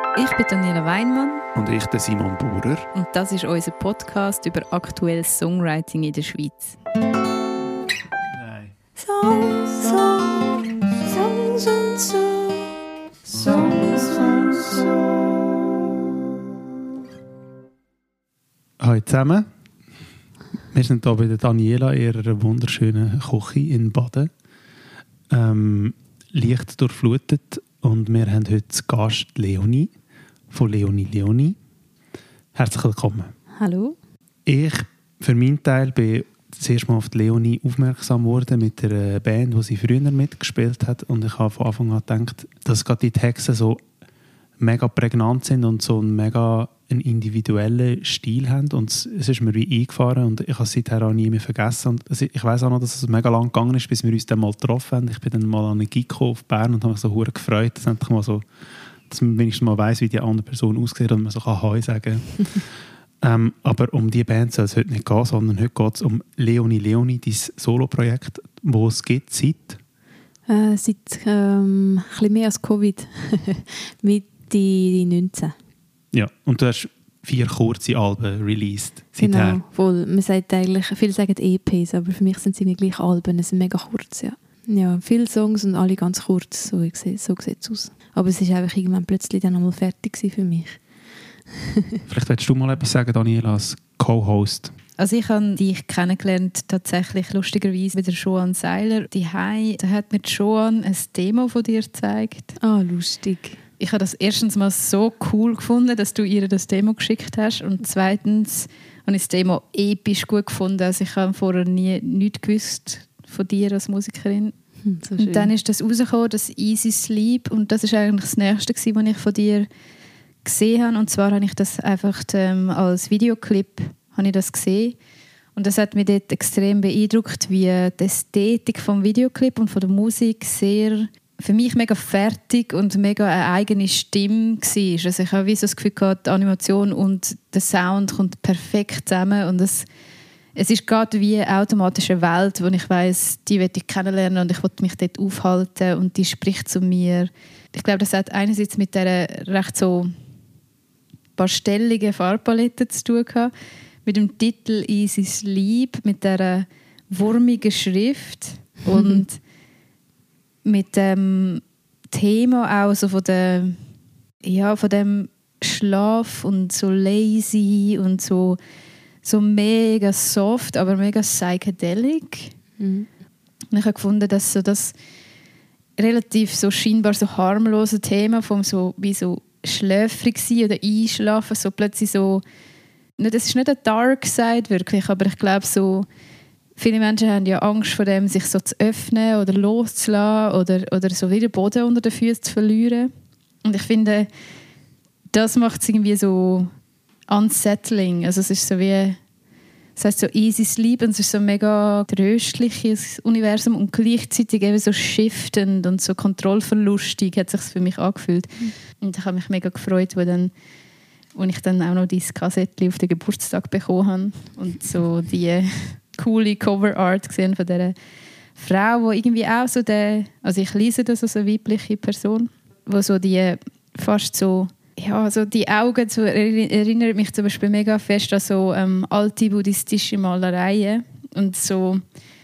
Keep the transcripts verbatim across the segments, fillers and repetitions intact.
Ich bin Daniela Weinmann. Und ich, der Simon Bauer. Und das ist unser Podcast über aktuelles Songwriting in der Schweiz. Nein. Songs, Songs, Songs und so. Songs und so. Hallo zusammen. Wir sind hier bei der Daniela in ihrer wunderschönen Küche in Baden. Ähm, leicht durchflutet. Und wir haben heute zu Gast Leonie von Leonie Leonie. Herzlich willkommen. Hallo. Ich, für meinen Teil, bin das erste Mal auf die Leonie aufmerksam geworden mit der Band, die sie früher mitgespielt hat. Und ich habe von Anfang an gedacht, dass gerade die Texte so mega prägnant sind und so einen mega einen individuellen Stil haben. Und es ist mir wie eingefahren und ich habe es seither auch nie mehr vergessen. Und ich weiss auch noch, dass es mega lang gegangen ist, bis wir uns dann mal getroffen haben. Ich bin dann mal an eine Gig auf Bern und habe mich so hure gefreut, dass, endlich mal so, dass man wenigstens mal weiss, wie die andere Person aussieht und man so kann «Hoi» sagen kann. ähm, aber um diese Band soll es heute nicht gehen, sondern heute geht es um Leonie Leonie, dein Solo-Projekt, das es gibt seit? Äh, seit ähm, ein bisschen mehr als Covid. Mitte neunzehn. Ja, und du hast vier kurze Alben released seither. Genau, wohl, man sagt eigentlich, viele sagen E Ps, aber für mich sind sie nicht gleich Alben, es sind mega kurz, ja. Ja, viele Songs und alle ganz kurz, so, so sieht es aus. Aber es war einfach irgendwann plötzlich dann einmal fertig für mich. Vielleicht willst du mal etwas sagen, Daniela, als Co-Host. Also ich habe dich kennengelernt, tatsächlich lustigerweise mit der Joan Seiler. Die Hai, da hat mir Joan ein Demo von dir gezeigt. Ah, lustig. Ich habe das erstens mal so cool gefunden, dass du ihr das Demo geschickt hast. Und zweitens habe ich das Demo episch gut gefunden. Also ich habe vorher nie nichts gewusst von dir als Musikerin. Hm, so und dann ist das rausgekommen, das Easy Sleep. Und das ist eigentlich das Nächste, was ich von dir gesehen habe. Und zwar habe ich das einfach ähm, als Videoclip habe ich das gesehen. Und das hat mich dort extrem beeindruckt, wie die Ästhetik vom Videoclip und von der Musik sehr, für mich mega fertig und mega eine eigene Stimme war. Also ich habe wie so das Gefühl gehabt, die Animation und der Sound kommt perfekt zusammen und es, es ist gerade wie eine automatische Welt, wo ich weiss, die will ich kennenlernen und ich will mich dort aufhalten und die spricht zu mir. Ich glaube, das hat einerseits mit dieser recht so pastelligen Farbpalette zu tun gehabt, mit dem Titel «Easy Sleep», mit dieser wurmigen Schrift und mit dem Thema auch so von, der, ja, von dem Schlaf und so lazy und so, so mega soft, aber mega psychedelic. Mhm. Und ich habe gefunden, dass so das relativ so scheinbar so harmlose Thema vom so wie so schläfrig sein oder einschlafen, so plötzlich so, das ist nicht eine Dark Side wirklich, aber ich glaube so, viele Menschen haben ja Angst vor dem, sich so zu öffnen oder loszulassen oder, oder so wieder Boden unter den Füßen zu verlieren. Und ich finde, das macht es irgendwie so unsettling. Also es ist so wie, es heisst so easy sleep und es ist so ein mega tröstliches Universum und gleichzeitig eben so shiftend und so kontrollverlustig hat es sich für mich angefühlt. Mhm. Und ich habe mich mega gefreut, wo dann wo ich dann auch noch dieses Kassettchen auf den Geburtstag bekommen habe und so die coole Cover-Art gesehen von dieser Frau, die irgendwie auch so der, also ich lese das als eine weibliche Person, wo so die fast so, ja, so die Augen, so erinnert mich zum Beispiel mega fest an so ähm, alte buddhistische Malereien und so,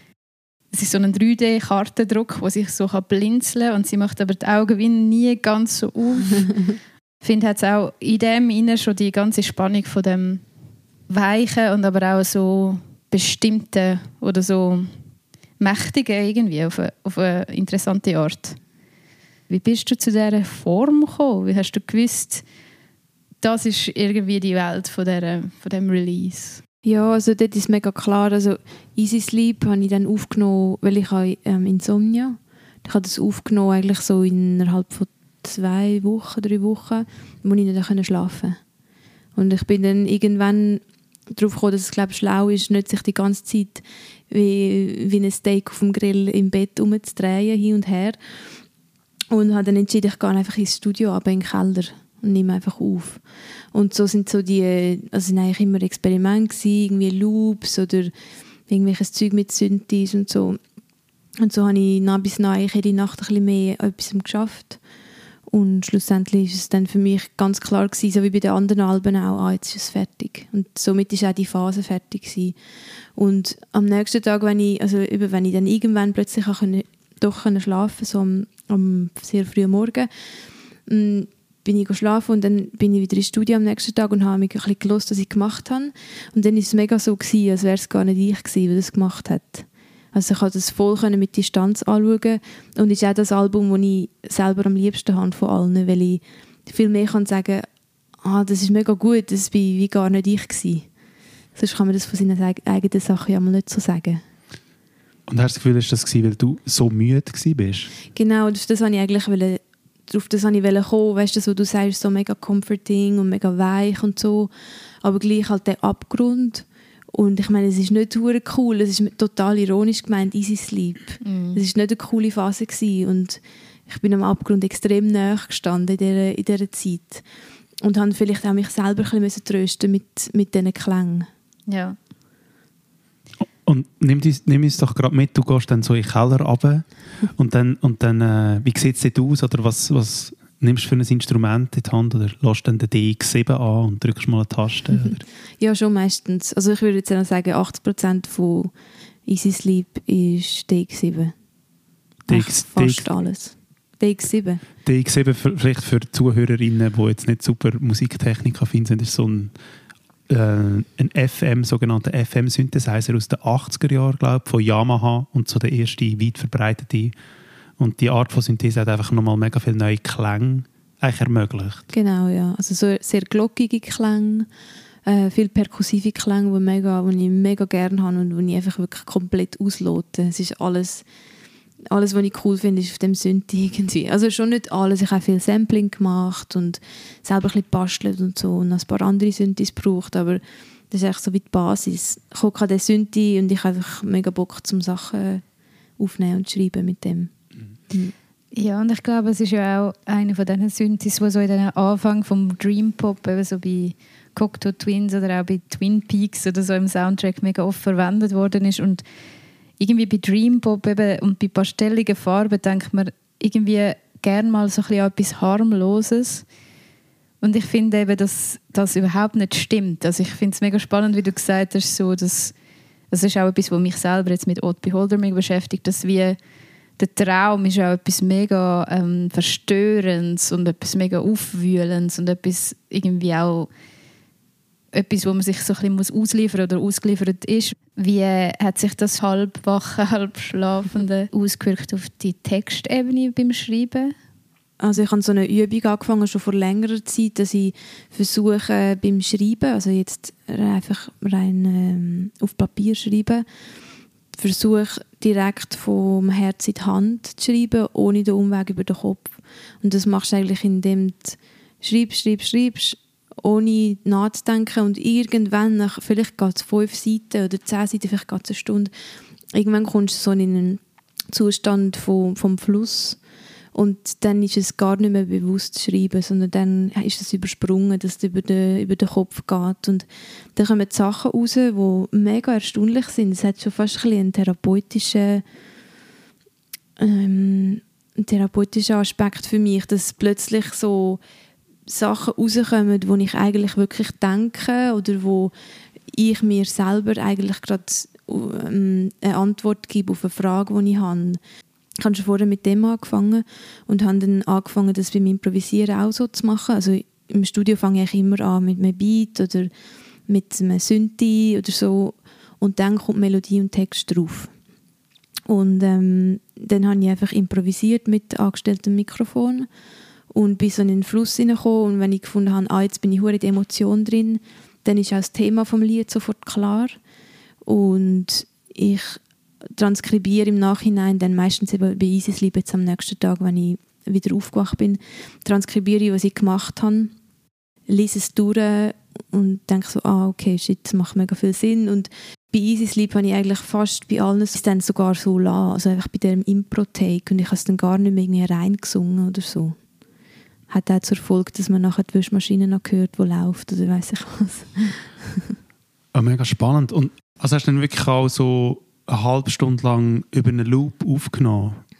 es ist so ein drei D-Kartendruck, wo sich so blinzeln kann und sie macht aber die Augen wie nie ganz so auf. Ich finde, hat es auch in dem innen schon die ganze Spannung von dem Weichen und aber auch so bestimmten oder so mächtigen irgendwie auf eine, auf eine interessante Art. Wie bist du zu dieser Form gekommen? Wie hast du gewusst, das ist irgendwie die Welt von, dieser, von diesem Release? Ja, also dort ist mega klar. Also Easy Sleep habe ich dann aufgenommen, weil ich habe ähm, Insomnia. Ich habe das aufgenommen eigentlich so innerhalb von zwei Wochen, drei Wochen, wo ich nicht schlafen konnte. Und ich bin dann irgendwann darauf gekommen, dass es, glaube ich, schlau ist, nicht sich die ganze Zeit wie, wie ein Steak auf dem Grill im Bett rumzudrehen, hin und her. Und habe dann entschieden, ich gehe einfach ins Studio, aber in den Keller und nehme einfach auf. Und so sind so die, also sind eigentlich immer Experimente gewesen, irgendwie Loops oder irgendwelches Zeug mit Synthes und so. Und so habe ich nach bis nach jede Nacht ein bisschen mehr etwas geschafft. Und schlussendlich ist es dann für mich ganz klar gewesen, so wie bei den anderen Alben auch, ah, jetzt ist es fertig. Und somit ist auch die Phase fertig gewesen. Und am nächsten Tag, wenn ich, also wenn ich dann irgendwann plötzlich auch können, doch können schlafen, so am, am sehr frühen Morgen, bin ich schlafen und dann bin ich wieder ins Studio am nächsten Tag und habe mich ein bisschen gehört, was ich gemacht habe. Und dann war es mega so gewesen, als wäre es gar nicht ich gewesen, der das gemacht hat. Also ich konnte das voll mit Distanz anschauen und es ist auch das Album, das ich selber am liebsten habe von allen, weil ich viel mehr kann sagen, ah, das ist mega gut, das war wie gar nicht ich gewesen. Sonst kann man das von seinen eigenen Sachen ja mal nicht so sagen. Und hast du das Gefühl, dass das war, weil du so müde warst? Genau, das, das wollte ich eigentlich wollen, auf das wollte ich kommen. Weißt du, so, du sagst, so mega comforting und mega weich und so, aber gleich halt der Abgrund. Und ich meine, es ist nicht hure cool, es ist total ironisch gemeint, easy sleep. Mm. Es war nicht eine coole Phase gewesen. Und ich bin am Abgrund extrem nahe gestanden in dieser, in dieser Zeit. Und habe vielleicht auch mich selber ein bisschen trösten mit, mit diesen Klängen. Ja. Und nimm uns, nimm uns doch gerade mit, du gehst dann so in den Keller runter und dann, und dann äh, wie sieht es dort aus? Oder was, was nimmst du für ein Instrument in die Hand? Oder lässt dann den D X sieben an und drückst mal eine Taste? Oder? Ja, schon meistens. Also ich würde jetzt sagen, achtzig Prozent von Easy Sleep ist D X sieben. D X, fast D X, alles. D X sieben. D X sieben, vielleicht für die Zuhörerinnen, die jetzt nicht super Musiktechnik affin sind, ist so ein ein F M, sogenannter F M-Synthesizer aus den achtziger Jahren, glaube ich, von Yamaha und so der erste weit verbreitete. Und die Art von Synthese hat einfach nochmal mega viele neue Klänge eigentlich ermöglicht. Genau, ja. Also so sehr glockige Klänge, äh, viele perkussive Klänge, die, mega, die ich mega gerne habe und die ich einfach wirklich komplett auslote. Es ist alles, alles, was ich cool finde, ist auf dem Synthi irgendwie. Also schon nicht alles. Ich habe viel Sampling gemacht und selber ein bisschen gebastelt und so und ein paar andere Synthis gebraucht, aber das ist eigentlich so wie die Basis. Ich gucke an den Synthi und ich habe einfach mega Bock, zum Sachen aufnehmen und schreiben mit dem. Mhm. Ja, und ich glaube, es ist ja auch einer von diesen Synthis, die so in den Anfang vom Dream Pop, eben so bei Cocteau Twins oder auch bei Twin Peaks oder so im Soundtrack mega oft verwendet worden ist. Und irgendwie bei Dream Pop eben und bei pastelligen Farben denkt man irgendwie gerne mal so ein bisschen an etwas Harmloses. Und ich finde eben, dass das überhaupt nicht stimmt. Also ich finde es mega spannend, wie du gesagt hast, so, dass, das ist auch etwas, was mich selber jetzt mit Haute Beholder mega beschäftigt, dass wie der Traum ist auch etwas mega ähm, Verstörendes und etwas mega Aufwühlendes und etwas irgendwie auch etwas, wo man sich so ein bisschen ausliefern muss oder ausgeliefert ist. Wie hat sich das halbwache, halbschlafende ausgewirkt auf die Textebene beim Schreiben? Also ich habe so eine Übung angefangen, schon vor längerer Zeit, dass ich versuche beim Schreiben, also jetzt einfach rein ähm, auf Papier schreiben, versuche direkt vom Herz in die Hand zu schreiben, ohne den Umweg über den Kopf. Und das machst du eigentlich, indem du schreibst, schreibst, schreibst, ohne nachzudenken und irgendwann, nach, vielleicht geht es fünf Seiten oder zehn Seiten, vielleicht geht es eine Stunde, irgendwann kommst du so in einen Zustand vom, vom Fluss und dann ist es gar nicht mehr bewusst zu schreiben, sondern dann ist es übersprungen, dass es über den, über den Kopf geht und dann kommen Sachen raus, die mega erstaunlich sind. Es hat schon fast ein bisschen einen therapeutischen, ähm, einen therapeutischen Aspekt für mich, dass plötzlich so Sachen rauskommen, die ich eigentlich wirklich denke oder wo ich mir selber eigentlich gerade ähm, eine Antwort gebe auf eine Frage, die ich habe. Ich habe schon vorher mit dem angefangen und habe dann angefangen, das beim Improvisieren auch so zu machen. Also im Studio fange ich immer an mit einem Beat oder mit einem Synthi oder so und dann kommt Melodie und Text drauf. Und ähm, dann habe ich einfach improvisiert mit angestelltem Mikrofon und bin so in den Fluss hineingekommen und wenn ich gefunden habe, ah, jetzt bin ich in der Emotion drin, dann ist auch das Thema vom Lied sofort klar und ich transkribiere im Nachhinein, dann meistens eben bei Easy Sleep jetzt am nächsten Tag, wenn ich wieder aufgewacht bin, transkribiere ich, was ich gemacht habe, lese es durch und denke so, ah, okay, shit, das macht mega viel Sinn. Und bei Easy Sleep habe ich eigentlich fast bei allen es dann sogar so lassen, also einfach bei dem Impro-Take und ich habe es dann gar nicht mehr irgendwie reingesungen oder so. Hat auch zur Folge, dass man nachher die Wischmaschine noch hört, die läuft oder weiss ich was. Oh, mega spannend. Und also hast du dann wirklich auch so eine halbe Stunde lang über einen Loop aufgenommen?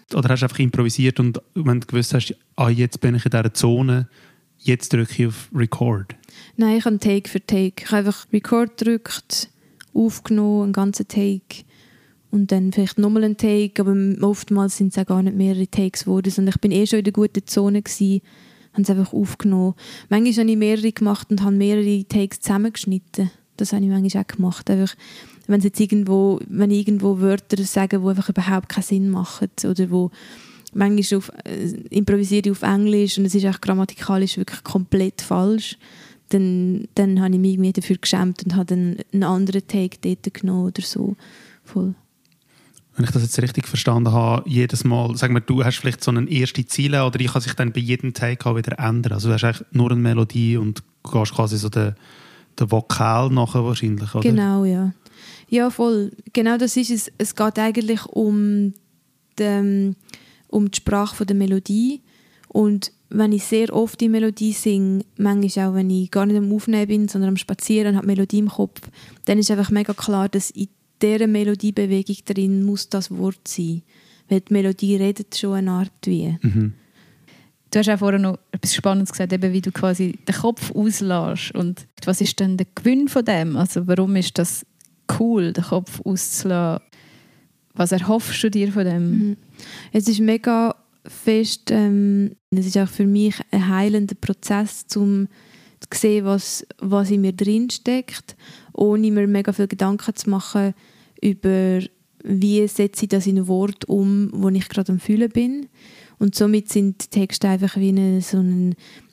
Oder hast du einfach improvisiert und wenn du gewusst hast, ah, jetzt bin ich in dieser Zone, jetzt drücke ich auf Record? Nein, ich habe Take für Take. Ich habe einfach Record gedrückt, aufgenommen, einen ganzen Take und dann vielleicht nochmal einen Take, aber oftmals sind es auch gar nicht mehrere Takes geworden, sondern ich bin eh schon in der guten Zone gewesen, habe es einfach aufgenommen. Manchmal habe ich mehrere gemacht und habe mehrere Takes zusammengeschnitten. Das habe ich manchmal auch gemacht. Einfach, wenn, jetzt irgendwo, wenn ich irgendwo Wörter sage, die einfach überhaupt keinen Sinn machen oder wo manchmal auf, äh, improvisiere ich auf Englisch und es ist auch grammatikalisch wirklich komplett falsch, dann, dann habe ich mich irgendwie dafür geschämt und habe dann einen anderen Take dort genommen oder so. Voll. Wenn ich das jetzt richtig verstanden habe, jedes Mal, sag mal, du hast vielleicht so eine erste Ziele oder ich kann sich dann bei jedem Take auch wieder ändern. Also du hast eigentlich nur eine Melodie und gehst quasi so den, den Vokal nachher wahrscheinlich, oder? Genau, ja. Ja, voll. Genau das ist es. Es geht eigentlich um die, um die Sprache der Melodie. Und wenn ich sehr oft die Melodie singe, manchmal auch, wenn ich gar nicht am Aufnehmen bin, sondern am Spazieren und habe die Melodie im Kopf, dann ist einfach mega klar, dass in dieser Melodiebewegung drin muss das Wort sein. Weil die Melodie redet schon eine Art wie. Mhm. Du hast auch vorher noch etwas Spannendes gesagt, eben wie du quasi den Kopf auslässt. Und was ist denn der Gewinn von dem? Also warum ist das cool, den Kopf auszulassen? Was erhoffst du dir von dem? Mhm. Es ist mega fest, ähm, es ist auch für mich ein heilender Prozess, um zu sehen, was, was in mir drin steckt, ohne mir mega viele Gedanken zu machen über, wie setze ich das in ein Wort um, wo ich gerade am Fühlen bin. Und somit sind die Texte einfach wie eine, so ein,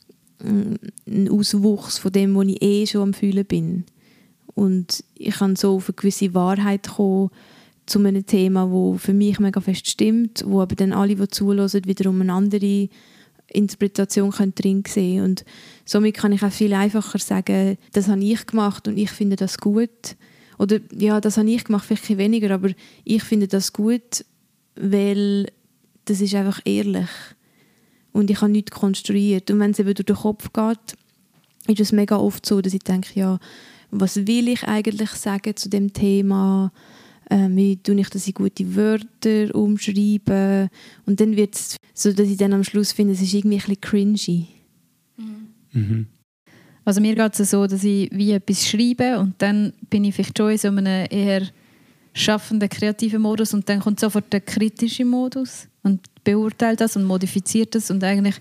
ein Auswuchs von dem, wo ich eh schon am Fühlen bin. Und ich kann so auf eine gewisse Wahrheit kommen zu einem Thema, wo für mich mega fest stimmt, wo aber dann alle, die zuhören, wiederum eine andere Interpretation drin sehen können. Und somit kann ich auch viel einfacher sagen, das habe ich gemacht und ich finde das gut. Oder ja, das habe ich gemacht, vielleicht weniger, aber ich finde das gut, weil das ist einfach ehrlich. Und ich habe nichts konstruiert. Und wenn es eben durch den Kopf geht, ist es mega oft so, dass ich denke, ja, was will ich eigentlich sagen zu dem Thema? Ähm, wie tue ich das in gute Wörter umschreiben? Und dann wird es so, dass ich dann am Schluss finde, es ist irgendwie ein bisschen cringy. Mhm. Also mir geht es so, dass ich wie etwas schreibe und dann bin ich vielleicht schon in so einem eher schaffenden, kreativen Modus und dann kommt sofort der kritische Modus und beurteilt das und modifiziert das und eigentlich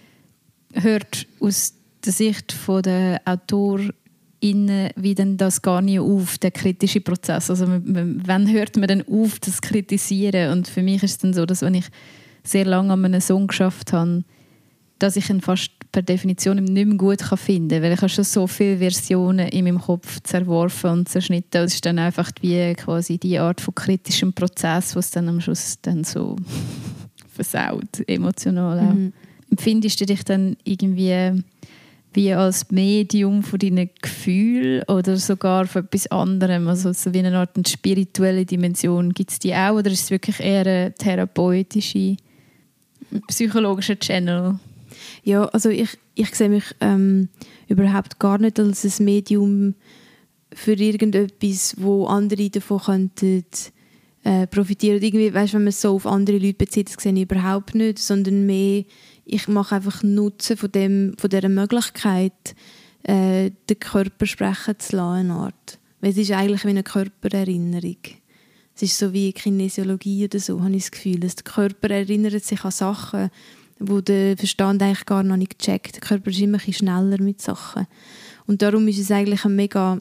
hört aus der Sicht der AutorInnen wie denn das gar nicht auf, der kritische Prozess. Also wann hört man denn auf, das Kritisieren? Und für mich ist es dann so, dass wenn ich sehr lange an einem Song geschafft habe, dass ich ihn fast per Definition nicht mehr gut finden kann, weil ich habe schon so viele Versionen in meinem Kopf zerworfen und zerschnitten. Das ist dann einfach wie quasi die Art von kritischem Prozess, was dann am Schluss dann so versaut, emotional auch. Mhm. Empfindest du dich dann irgendwie wie als Medium von deinen Gefühlen oder sogar von etwas anderem, also so wie eine Art eine spirituelle Dimension, gibt es die auch oder ist es wirklich eher eine therapeutische, psychologische Channel? Ja, also ich, ich sehe mich ähm, überhaupt gar nicht als ein Medium für irgendetwas, wo andere davon könnten äh, profitieren. Irgendwie, weißt, wenn man es so auf andere Leute bezieht, das sehe ich überhaupt nicht, sondern mehr, ich mache einfach Nutzen von, dem, von dieser Möglichkeit, äh, den Körper sprechen zu lassen, eine Art. Weil es ist eigentlich wie eine Körpererinnerung. Es ist so wie Kinesiologie oder so, habe ich das Gefühl. Dass der Körper erinnert sich an Sachen, wo der Verstand eigentlich gar noch nicht checkt. Der Körper ist immer ein bisschen schneller mit Sachen. Und darum ist es eigentlich ein mega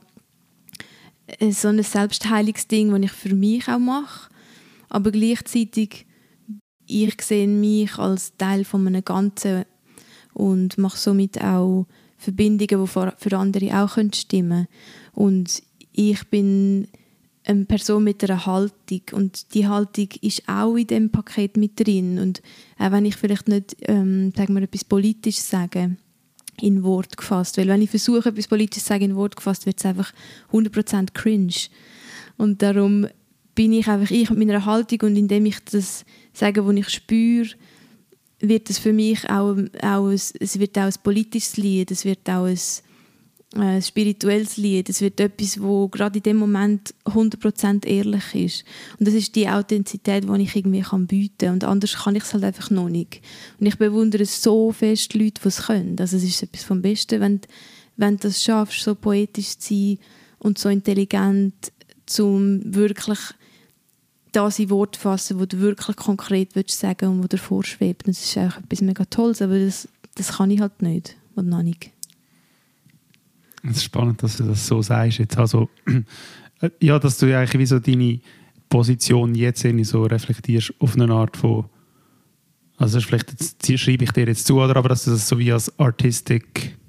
so ein Selbstheilungsding, das ich für mich auch mache. Aber gleichzeitig ich sehe mich als Teil von einem Ganzen und mache somit auch Verbindungen, die für andere auch stimmen können. Und ich bin eine Person mit einer Haltung und die Haltung ist auch in diesem Paket mit drin. Und auch wenn ich vielleicht nicht ähm, sagen wir, etwas Politisches sage, in Wort gefasst, weil wenn ich versuche, etwas Politisches zu sagen, in Wort gefasst, wird es einfach hundert Prozent cringe. Und darum bin ich einfach ich mit meiner Haltung und indem ich das sage, was ich spüre, wird es für mich auch, auch ein, es wird auch ein politisches Lied, es wird auch ein, ein spirituelles Lied. Es wird etwas, wo gerade in dem Moment hundert Prozent ehrlich ist. Und das ist die Authentizität, die ich irgendwie kann bieten kann. Und anders kann ich es halt einfach noch nicht. Und ich bewundere so fest die Leute, die es können. Also es ist etwas vom Besten, wenn, wenn du es schaffst, so poetisch zu sein und so intelligent, um wirklich das in Wort zu fassen, was du wirklich konkret willst sagen und was dir vorschwebt. Das ist auch etwas mega Tolles, aber das, das kann ich halt nicht. Und noch nicht. Es ist spannend, dass du das so sagst. Jetzt also, ja, dass du eigentlich wie so deine Position jetzt irgendwie so reflektierst auf eine Art von, also das ist vielleicht, jetzt, schreibe ich dir jetzt zu, oder, aber dass du das so wie als Artistic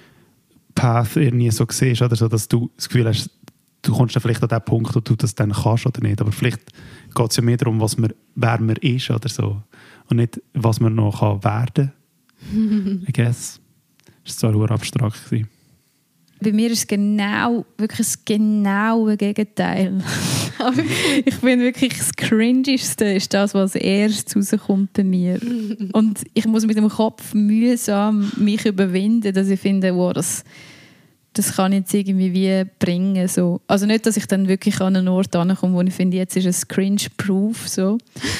Path irgendwie so siehst, oder so, dass du das Gefühl hast, du kommst dann vielleicht an den Punkt, wo du das dann kannst oder nicht, aber vielleicht geht es ja mehr darum, was man, wer man ist oder so und nicht, was man noch kann werden kann. I guess. Das war zwar nur abstrakt gewesen. Bei mir ist es genau, wirklich das genaue Gegenteil. Ich finde wirklich, das Cringeste ist das, was als erstes rauskommt bei mir. Und ich muss mit dem Kopf mühsam mich überwinden, dass ich finde, wow, das, das kann ich jetzt irgendwie wie bringen. So. Also nicht, dass ich dann wirklich an einen Ort ankomme, wo ich finde, jetzt ist es Cringe-Proof. So.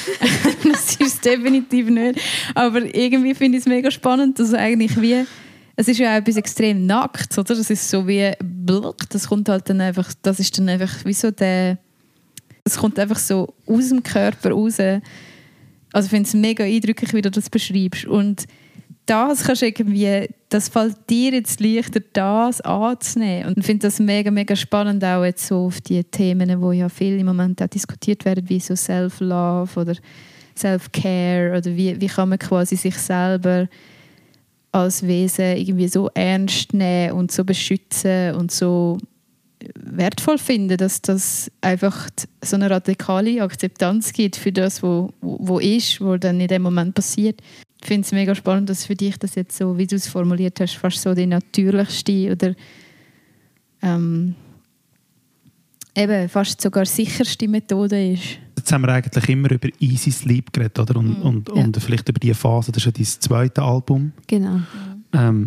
Das ist es definitiv nicht. Aber irgendwie finde ich es mega spannend, dass eigentlich wie es ist ja auch etwas extrem nackt, oder? Das ist so wie Bluck, das kommt halt dann einfach, das ist dann einfach wie so der, es kommt einfach so aus dem Körper raus. Also ich finde es mega eindrücklich, wie du das beschreibst. Und das kannst du irgendwie, das fällt dir jetzt leichter, das anzunehmen. Und ich finde das mega, mega spannend auch jetzt so auf die Themen, die ja viel im Moment auch diskutiert werden, wie so Self-Love oder Self-Care oder wie, wie kann man quasi sich selber als Wesen irgendwie so ernst nehmen und so beschützen und so wertvoll finden, dass das einfach so eine radikale Akzeptanz gibt für das, was wo, wo ist, was dann in dem Moment passiert. Ich finde es mega spannend, dass für dich das jetzt so, wie du es formuliert hast, fast so die natürlichste oder ähm, eben fast sogar sicherste Methode ist. Jetzt haben wir eigentlich immer über Easy Sleep geredet, oder? Und, mhm. und, und ja. vielleicht über diese Phase, das ist ja dein zweites Album. Genau. Ähm,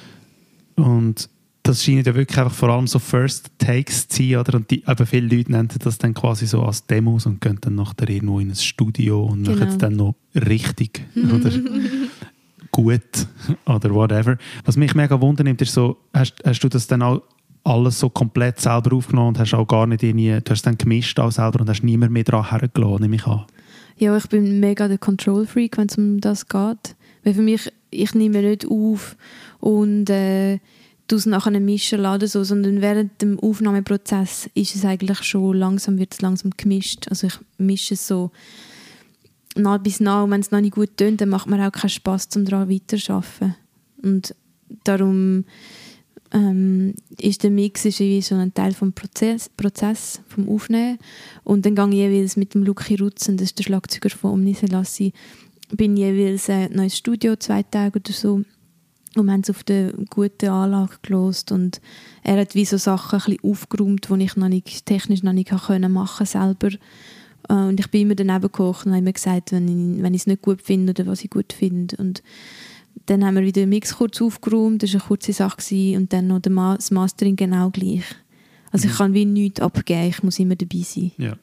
und das scheint ja wirklich einfach vor allem so First Takes zu sein, oder? Und die, eben viele Leute nennen das dann quasi so als Demos und gehen dann nachher irgendwo in ein Studio und genau. machen es dann noch richtig, oder? Gut, oder whatever. Was mich mega wundernimmt, ist so, hast, hast du das dann auch alles so komplett selber aufgenommen und hast auch gar nicht irgendwie, du hast dann gemischt auch selber und hast niemand mehr daran hergelassen, nehme ich an. Ja, ich bin mega der Control-Freak, wenn es um das geht. Weil für mich, ich nehme nicht auf und äh, du es nachher mischen lassen, so, sondern während dem Aufnahmeprozess ist es eigentlich schon langsam, wird es langsam gemischt. Also ich mische es so nah bis nah und wenn es noch nicht gut tönt, dann macht mir auch keinen Spass, um daran weiterzuarbeiten. Und darum ähm, ist der Mix ist wie so ein Teil vom Prozess, Prozess vom Aufnehmen. Und dann gehe ich jeweils mit dem Luki Rutzen, das ist der Schlagzeuger von Omni Selassie, bin jeweils äh, noch ins Studio, zwei Tage oder so. Und wir haben es auf der guten Anlage gelost und er hat wie so Sachen ein bisschen aufgeräumt, die ich noch nicht, technisch noch nicht machen konnte selber. Und ich bin immer daneben gekocht und habe immer gesagt, wenn ich, wenn ich es nicht gut finde oder was ich gut finde. Und dann haben wir wieder den Mix kurz aufgeräumt, das war eine kurze Sache gewesen, und dann noch das Mastering genau gleich. Also mhm. ich kann wie nichts abgeben, ich muss immer dabei sein. Ja,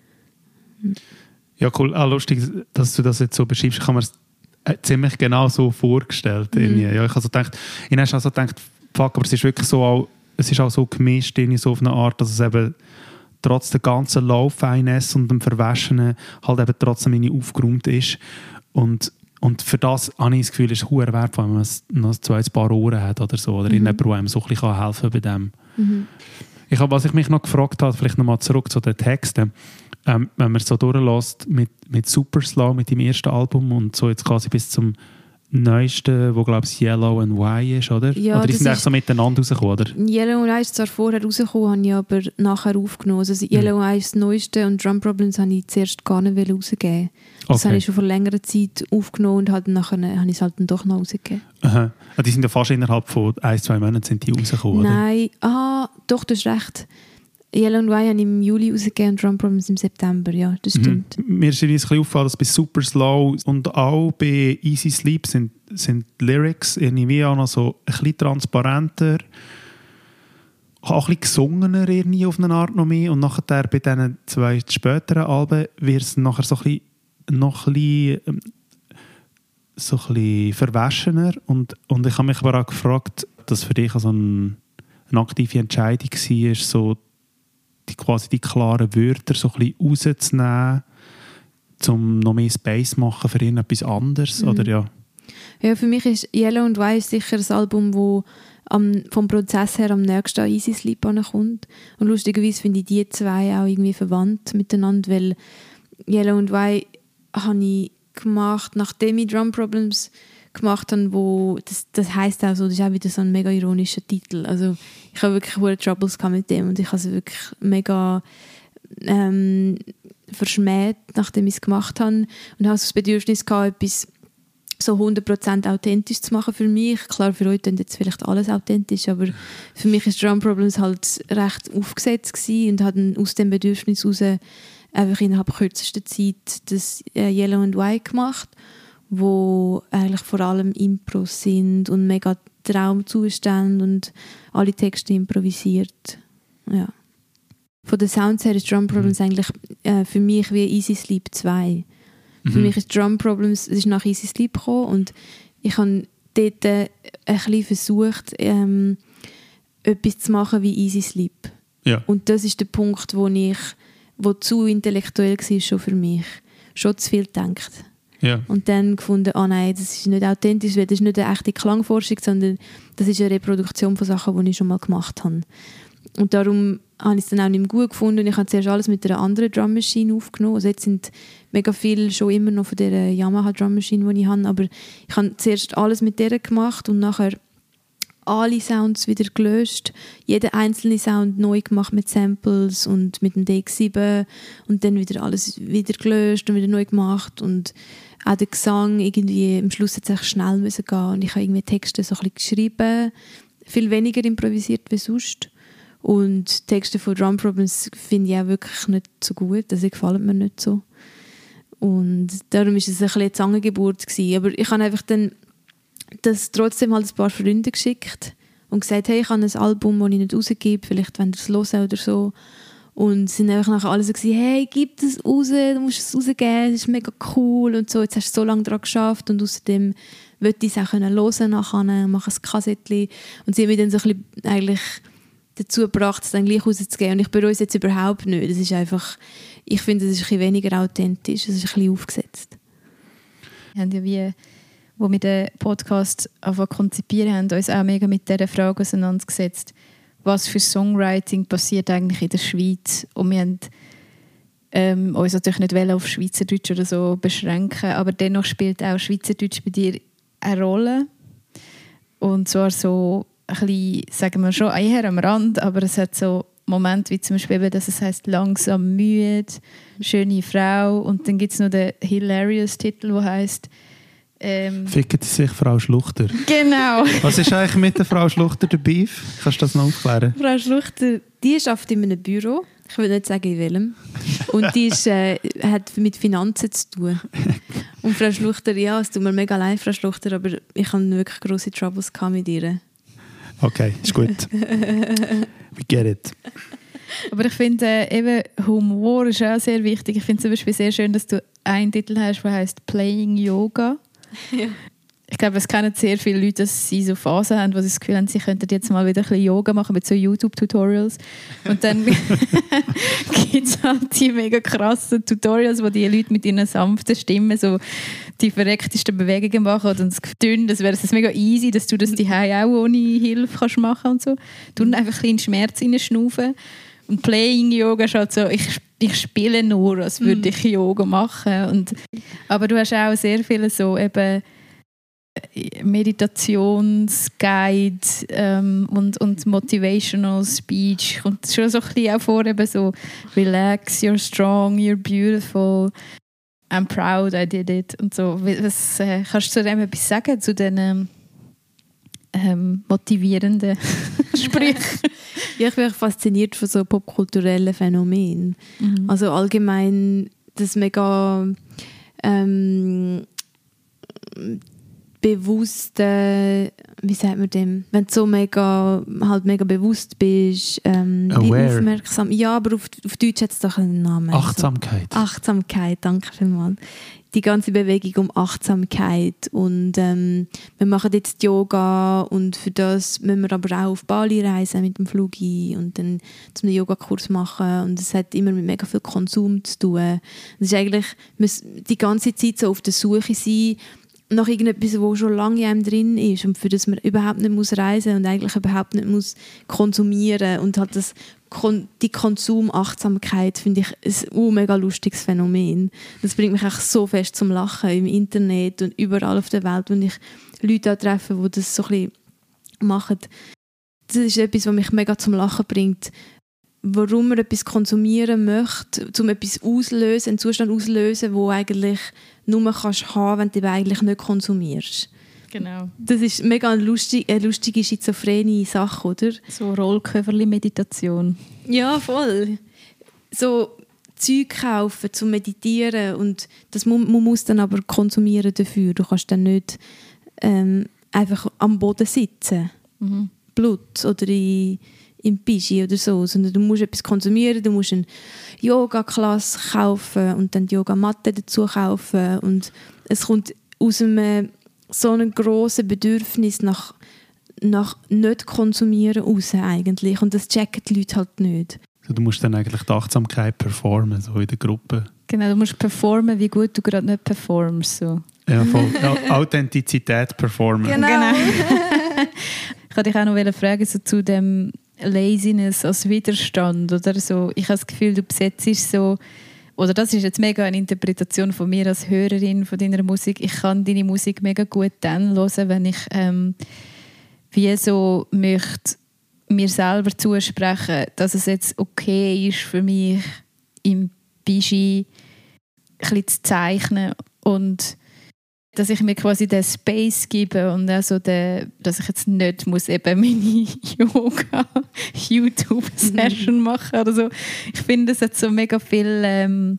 ja cool. Ah, lustig, dass du das jetzt so beschreibst. Ich habe mir das ziemlich genau so vorgestellt. Mhm. Ja, ich habe so gedacht, ich habe also gedacht, fuck, aber es ist wirklich so auch, es ist auch so gemischt, so auf eine Art, dass es eben trotz der ganzen Laufeiness und dem Verwaschenen halt eben trotzdem irgendwie aufgeräumt ist. Und, und für das habe ich das Gefühl, ist es verdammt wertvoll, wenn man noch zwei paar Ohren hat oder so. Oder mhm. jemand, der einem so ein bisschen helfen kann bei dem. Mhm. Ich habe, was ich mich noch gefragt habe, vielleicht nochmal zurück zu den Texten. Ähm, wenn man es so durchlässt mit, mit Super Slow, mit dem ersten Album und so jetzt quasi bis zum neuesten, wo glaube ich Yellow and Y ist, oder? Ja, oder die sind eigentlich so miteinander rausgekommen, oder? Yellow and Y ist zwar vorher rausgekommen, habe ich aber nachher aufgenommen. Also Yellow and Y ist das neueste und Drum Problems habe ich zuerst gar nicht rausgegeben. Das okay. habe ich schon vor längerer Zeit aufgenommen und halt nachher habe ich es halt dann doch noch rausgegeben. Aha. Die sind ja fast innerhalb von ein, zwei Monaten sind die rausgekommen, oder? Nein, ah, doch, du hast recht. Yellow and Y habe ich im Juli rausgegeben und Drum Problems im September, ja, das stimmt. Mhm. Mir ist ein bisschen aufgefallen, dass bei Super Slow und auch bei Easy Sleep sind, sind die Lyrics irgendwie auch noch so ein bisschen transparenter. auch ein bisschen gesungener irgendwie auf eine Art noch mehr und nachher bei diesen zwei späteren Alben wird es nachher so ein bisschen, noch ein bisschen, so ein bisschen verwaschener und, und ich habe mich aber auch gefragt, dass für dich also ein, eine aktive Entscheidung war, so die, quasi die klaren Wörter so ein bisschen rauszunehmen, um noch mehr Space zu machen für irgendetwas anderes, mhm. oder ja? Ja, für mich ist Yellow and White sicher das Album, das am, vom Prozess her am nächsten an Easy Sleep ankommt. Und lustigerweise finde ich die zwei auch irgendwie verwandt miteinander, weil Yellow and White habe ich gemacht, nachdem ich Drum Problems gemacht habe, wo das, das heisst auch so, das ist auch wieder so ein mega ironischer Titel. Also ich habe wirklich hohe Troubles mit dem und ich habe es wirklich mega ähm, verschmäht, nachdem ich es gemacht habe und habe so das Bedürfnis gehabt, etwas so hundert Prozent authentisch zu machen für mich. Klar, für euch ist jetzt vielleicht alles authentisch, aber für mich ist Drum Problems halt recht aufgesetzt gewesen und hat aus dem Bedürfnis heraus einfach innerhalb kürzester Zeit das äh, Yellow and White gemacht, wo eigentlich vor allem Impros sind und mega Traumzustände und alle Texte improvisiert. Ja. Von den Sounds her ist Drum Problems mhm. eigentlich äh, für mich wie Easy Sleep zwei. Mhm. Für mich ist Drum Problems, es ist nach Easy Sleep gekommen und ich habe dort äh, ein bisschen versucht, ähm, etwas zu machen wie Easy Sleep. Ja. Und das ist der Punkt, wo ich wo zu intellektuell war schon für mich. Schon zu viel gedacht. Ja. Und dann gefunden, ah nein, das ist nicht authentisch, das ist nicht eine echte Klangforschung, sondern das ist eine Reproduktion von Sachen, die ich schon mal gemacht habe. Und darum habe ich es dann auch nicht mehr gut gefunden. Ich habe zuerst alles mit einer anderen Drum Machine aufgenommen. Also jetzt sind mega viele schon immer noch von dieser Yamaha Drum Machine, die ich habe. Aber ich habe zuerst alles mit der gemacht und nachher alle Sounds wieder gelöscht. Jeden einzelnen Sound neu gemacht mit Samples und mit dem D X sieben und dann wieder alles wieder gelöscht und wieder neu gemacht. Und auch der Gesang irgendwie, am Schluss hat es echt schnell müssen gehen und ich habe irgendwie Texte so ein bisschen geschrieben, viel weniger improvisiert wie sonst. Und die Texte von Drum Problems finde ich auch wirklich nicht so gut, also gefallen mir nicht so. Und darum war es ein bisschen eine Zangengeburt gewesen. Aber ich habe einfach dann das trotzdem halt ein paar Freunde geschickt und gesagt, hey, ich habe ein Album, das ich nicht rausgebe, vielleicht wollt ihr es hören oder so. Und sie sind einfach nachher alle so gewesen, hey, gib das raus, du musst es rausgeben, das ist mega cool und so, jetzt hast du so lange daran geschafft und außerdem wollte ich es auch hören können nachher, mache ein Kassettchen. Und sie haben mich dann so ein bisschen eigentlich dazu gebracht, es dann gleich rauszugeben. Und ich bereue es jetzt überhaupt nicht. Das ist einfach, ich finde, es ist ein bisschen weniger authentisch, es ist ein bisschen aufgesetzt. Wir haben ja wie, wo wir den Podcast anfangen zu konzipieren haben, uns auch mega mit dieser Frage auseinandergesetzt, was für Songwriting passiert eigentlich in der Schweiz. Und wir haben ähm, uns natürlich nicht auf Schweizerdeutsch oder so beschränken, aber dennoch spielt auch Schweizerdeutsch bei dir eine Rolle. Und zwar so ein bisschen, sagen wir schon, eher am Rand, aber es hat so Momente wie zum Beispiel, dass es heisst «Langsam müde», «Schöne Frau» und dann gibt es noch den Hilarious-Titel, der heisst ähm, «Ficken Sie sich, Frau Schluchter». Genau. Was ist eigentlich mit der Frau Schluchter der Beef? Kannst du das noch aufklären? Frau Schluchter, die arbeitet in einem Büro. Ich will nicht sagen, in welchem. Und die ist, äh, hat mit Finanzen zu tun. Und Frau Schluchter, ja, es tut mir mega leid, Frau Schluchter, aber ich hatte wirklich grosse Troubles mit ihr. Okay, ist gut. We get it. Aber ich finde, äh, eben Humor ist auch sehr wichtig. Ich finde zum Beispiel sehr schön, dass du einen Titel hast, der heisst «Playing Yoga». Ja. Ich glaube, es kennen sehr viele Leute, dass sie so Phasen haben, wo sie das Gefühl haben, sie könnten jetzt mal wieder ein bisschen Yoga machen mit so YouTube-Tutorials. Und dann gibt es halt die mega krassen Tutorials, wo die Leute mit ihren sanften Stimmen so die verrecktesten Bewegungen machen und das Gefühl, das wäre es mega easy, dass du das zu Hause auch ohne Hilfe kannst machen und so. Du dann einfach ein bisschen Schmerz reinschnaufen. Und Playing Yoga ist halt so, ich, ich spiele nur, als würde ich Yoga machen. Und, aber du hast auch sehr viele so eben Meditationsguide ähm, und, und Motivational Speech kommt schon so ein bisschen auch vor, eben so «Relax, you're strong, you're beautiful, I'm proud, I did it» und so. Was, äh, kannst du zu dem etwas sagen, zu diesen ähm, motivierenden Sprüchen? Ja, ich bin fasziniert von so popkulturellen Phänomenen. Mhm. Also allgemein das mega ähm, bewusste, wie sagt man dem, wenn du so mega, halt mega bewusst bist, ähm, wie aufmerksam. Ja, aber auf, auf Deutsch hat es doch einen Namen. Achtsamkeit. So. Achtsamkeit, danke vielmals. Die ganze Bewegung um Achtsamkeit und ähm, wir machen jetzt Yoga und für das müssen wir aber auch auf Bali reisen mit dem Flug und dann zum Yogakurs machen und es hat immer mit mega viel Konsum zu tun. Es ist eigentlich, man muss die ganze Zeit so auf der Suche sein nach irgendetwas, wo schon lange in einem drin ist und für das man überhaupt nicht muss reisen und eigentlich überhaupt nicht muss konsumieren und hat das die Konsumachtsamkeit finde ich ein uh, mega lustiges Phänomen. Das bringt mich auch so fest zum Lachen im Internet und überall auf der Welt, wo ich Leute treffe, die das so ein bisschen machen. Das ist etwas, was mich mega zum Lachen bringt. Warum man etwas konsumieren möchte, um etwas auslösen, einen Zustand auslösen, den eigentlich nur kannst haben, wenn du ihn eigentlich nicht konsumierst. Genau. Das ist mega eine lustige, eine lustige schizophrene Sache, oder? So Rollköfferli-Meditation. Ja, voll. So Zeug kaufen, zum Meditieren und das mu- man muss dann aber konsumieren dafür. Du kannst dann nicht ähm, einfach am Boden sitzen, mhm. Blut oder in, im Pischi oder so, sondern du musst etwas konsumieren, du musst eine Yoga-Klasse kaufen und dann die Yogamatte dazu kaufen und es kommt aus einem so ein grosses Bedürfnis nach, nach nicht konsumieren raus eigentlich. Und das checken die Leute halt nicht. Also du musst dann eigentlich die Achtsamkeit performen, so in der Gruppe. Genau, du musst performen, wie gut du gerade nicht performst. So. Ja, voll. Authentizität performen. Genau. genau. Ich wollte dich auch noch fragen, so zu dem Laziness als Widerstand oder so. Ich habe das Gefühl, du besetzt so, oder das ist jetzt mega eine Interpretation von mir als Hörerin von deiner Musik. Ich kann deine Musik mega gut dann hören, wenn ich ähm, wie so möchte mir selber zusprechen, dass es jetzt okay ist für mich im Bischi ein bisschen zu zeichnen und dass ich mir quasi den Space gebe und also den, dass ich jetzt nicht muss eben meine Yoga-YouTube-Session machen oder so. Ich finde, es hat so mega viel ähm,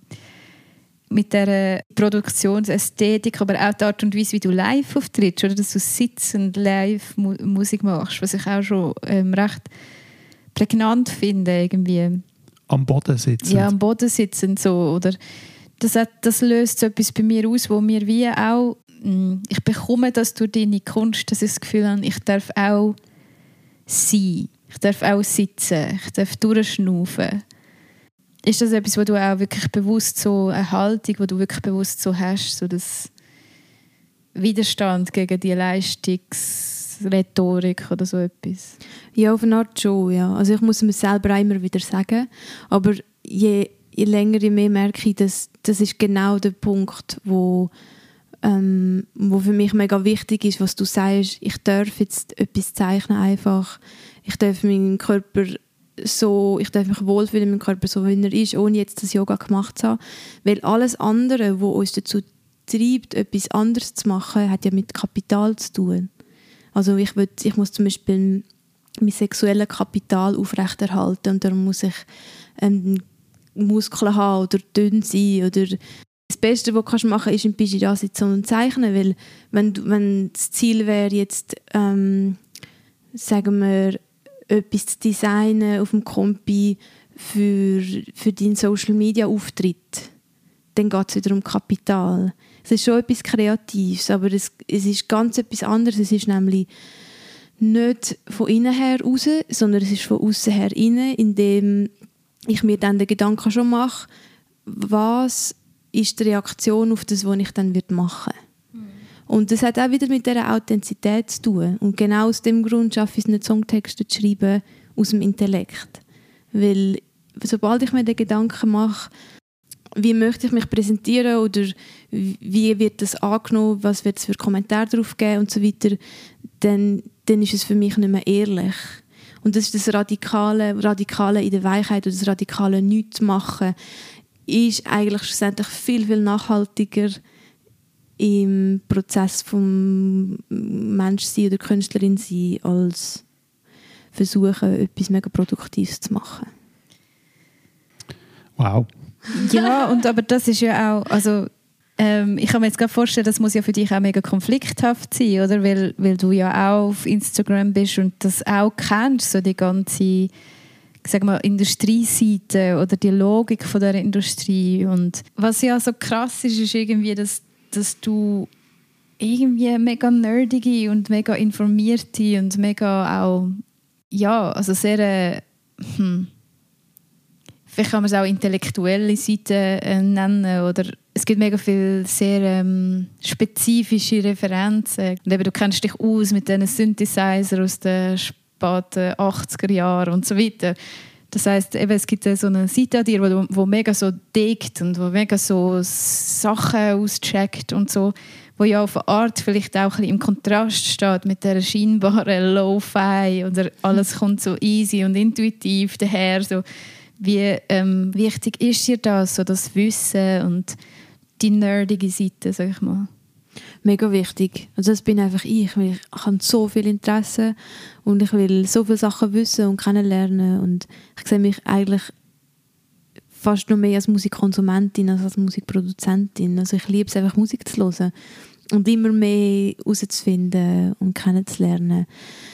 mit der Produktionsästhetik, aber auch die Art und Weise, wie du live auftrittst oder dass du sitzt und live Mu- Musik machst, was ich auch schon ähm, recht prägnant finde irgendwie. Am Boden sitzen? Ja, am Boden sitzen so, oder das, hat, das löst so etwas bei mir aus, wo mir wie auch ich bekomme das durch deine Kunst, dass ich das Gefühl habe, ich darf auch sein. Ich darf auch sitzen. Ich darf durchschnaufen. Ist das etwas, wo du auch wirklich bewusst so eine Haltung, wo du wirklich bewusst so hast, so das Widerstand gegen die Leistungsrhetorik oder so etwas? Ja, auf eine Art schon, ja. Also ich muss mir selber auch immer wieder sagen, aber je, je länger, je mehr merke ich, dass das ist genau der Punkt, wo Ähm, wo für mich mega wichtig ist, was du sagst, ich darf jetzt etwas zeichnen einfach, ich darf meinen Körper so, ich darf mich wohlfühlen in meinem Körper, so wie er ist, ohne jetzt das Yoga gemacht zu haben, weil alles andere, was uns dazu treibt, etwas anderes zu machen, hat ja mit Kapital zu tun. Also ich, will, ich muss zum Beispiel mein sexuelles Kapital aufrechterhalten und darum muss ich ähm, Muskeln haben oder dünn sein oder das Beste, was du machen kannst, ist im Pischi da sitzen und zeichnen, weil wenn, du, wenn das Ziel wäre, jetzt, ähm, sagen wir, etwas zu designen auf dem Kompi für, für deinen Social-Media-Auftritt, dann geht es wieder um Kapital. Es ist schon etwas Kreatives, aber es, es ist ganz etwas anderes. Es ist nämlich nicht von innen her raus, sondern es ist von außen her innen, indem ich mir dann den Gedanken schon mache, was ist die Reaktion auf das, was ich dann machen würde. Mhm. Und das hat auch wieder mit dieser Authentizität zu tun. Und genau aus dem Grund schaffe ich es nicht, Songtexte zu schreiben aus dem Intellekt. Weil sobald ich mir den Gedanken mache, wie möchte ich mich präsentieren oder wie wird das angenommen, was wird es für Kommentare darauf geben und so weiter, dann, dann ist es für mich nicht mehr ehrlich. Und das ist das Radikale, Radikale in der Weichheit oder das Radikale Nichts machen, ist eigentlich schlussendlich viel, viel nachhaltiger im Prozess vom Menschsein oder Künstlerin sein, als versuchen, etwas mega Produktives zu machen. Wow. Ja, und aber das ist ja auch, also Ähm, ich kann mir jetzt gerade vorstellen, das muss ja für dich auch mega konflikthaft sein, oder? Weil, weil du ja auch auf Instagram bist und das auch kennst, so die ganze, ich sag mal, Industrieseite oder die Logik von der Industrie. Und was ja so krass ist, ist irgendwie, dass, dass du irgendwie mega nerdige und mega informierte und mega auch, ja, also sehr, äh, hm, vielleicht kann man es auch intellektuelle Seiten äh, nennen, oder es gibt mega viele sehr ähm, spezifische Referenzen. Und eben, du kennst dich aus mit diesen Synthesizer aus den späten achtziger Jahren und so weiter. Das heisst, eben, es gibt so eine Seite an dir, wo, wo mega so deckt und wo mega so Sachen auscheckt und so, wo ja auf eine Art vielleicht auch ein bisschen im Kontrast steht mit dieser scheinbaren Lo-Fi oder alles kommt so easy und intuitiv daher. So, wie ähm, wichtig ist dir das, so das Wissen und die nerdige Seite, sag ich mal? Mega wichtig. Also das bin einfach ich. Ich habe so viel Interesse und ich will so viele Sachen wissen und kennenlernen und ich sehe mich eigentlich fast noch mehr als Musikkonsumentin als als Musikproduzentin. Also ich liebe es einfach, Musik zu hören und immer mehr herauszufinden und kennenzulernen.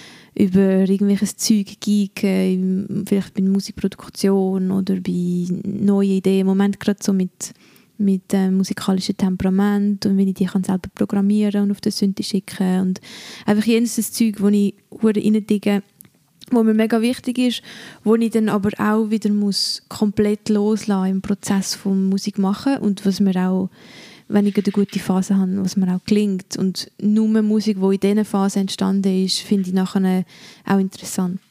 Über irgendwelches Zeug geeken, vielleicht bei Musikproduktion oder bei neuen Ideen. Im Moment gerade so mit, mit äh, musikalischem Temperament und wie ich die kann selber programmieren und auf den Synthi schicken. Und einfach jenes Zeug, das ich reindige, wo mir mega wichtig ist, wo ich dann aber auch wieder muss komplett loslassen im Prozess vom Musik machen und was mir auch, wenn ich eine gute Phase habe, was mir auch gelingt. Und nur Musik, die in dieser Phase entstanden ist, finde ich nachher auch interessant,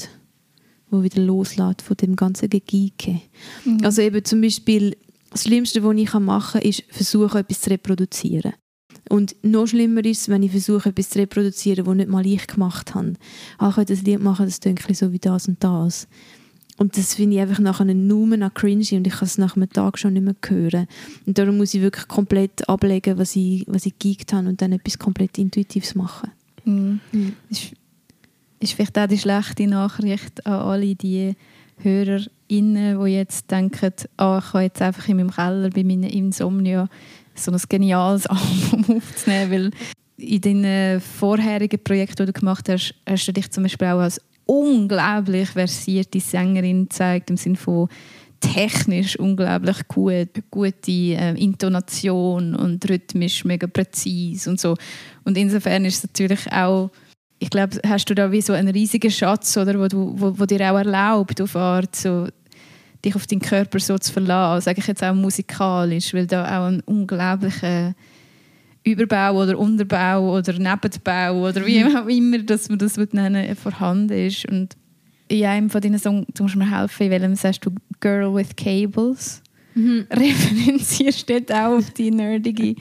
wo wieder loslässt von dem ganzen Gegeike. Mhm. Also eben zum Beispiel, das Schlimmste, was ich machen kann, ist versuchen, etwas zu reproduzieren. Und noch schlimmer ist es, wenn ich versuche, etwas zu reproduzieren, das nicht mal ich gemacht habe. Ah, ich könnte das Lied machen, das klingt so wie das und das. Und das finde ich einfach nachher nur noch cringy und ich kann es nach einem Tag schon nicht mehr hören. Und darum muss ich wirklich komplett ablegen, was ich, was ich gegeigt habe und dann etwas komplett Intuitives machen. Mhm. Mhm. Ist, ist vielleicht auch die schlechte Nachricht an alle die HörerInnen, die jetzt denken, oh, ich kann jetzt einfach in meinem Keller bei meinen Insomnia so ein geniales Album aufzunehmen, weil in deinen vorherigen Projekten, die du gemacht hast, hast du dich zum Beispiel auch als unglaublich versierte Sängerin gezeigt, im Sinne von technisch unglaublich gut, gute äh, Intonation und rhythmisch mega präzise und so. Und insofern ist es natürlich auch, ich glaube, hast du da wie so einen riesigen Schatz, oder, wo, du, wo, wo dir auch erlaubt, auf Art so, dich auf deinen Körper so zu verlassen, sage ich jetzt auch musikalisch, weil da auch ein unglaublicher Überbau oder Unterbau oder Nebenbau oder wie auch immer, dass man das nennen vorhanden ist. Und in einem von deinen Songs, du musst mir helfen, in welchem sagst du «Girl with Cables». Mhm. Referenzierst du dort auch auf die nerdige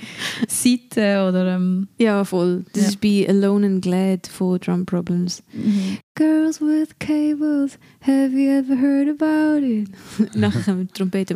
Seite? Oder, ähm, ja, voll. Das ja. ist bei «Alone and Glad» von Drum Problems. Mhm. «Girls with Cables, have you ever heard about it?» Nachher mit Trompete.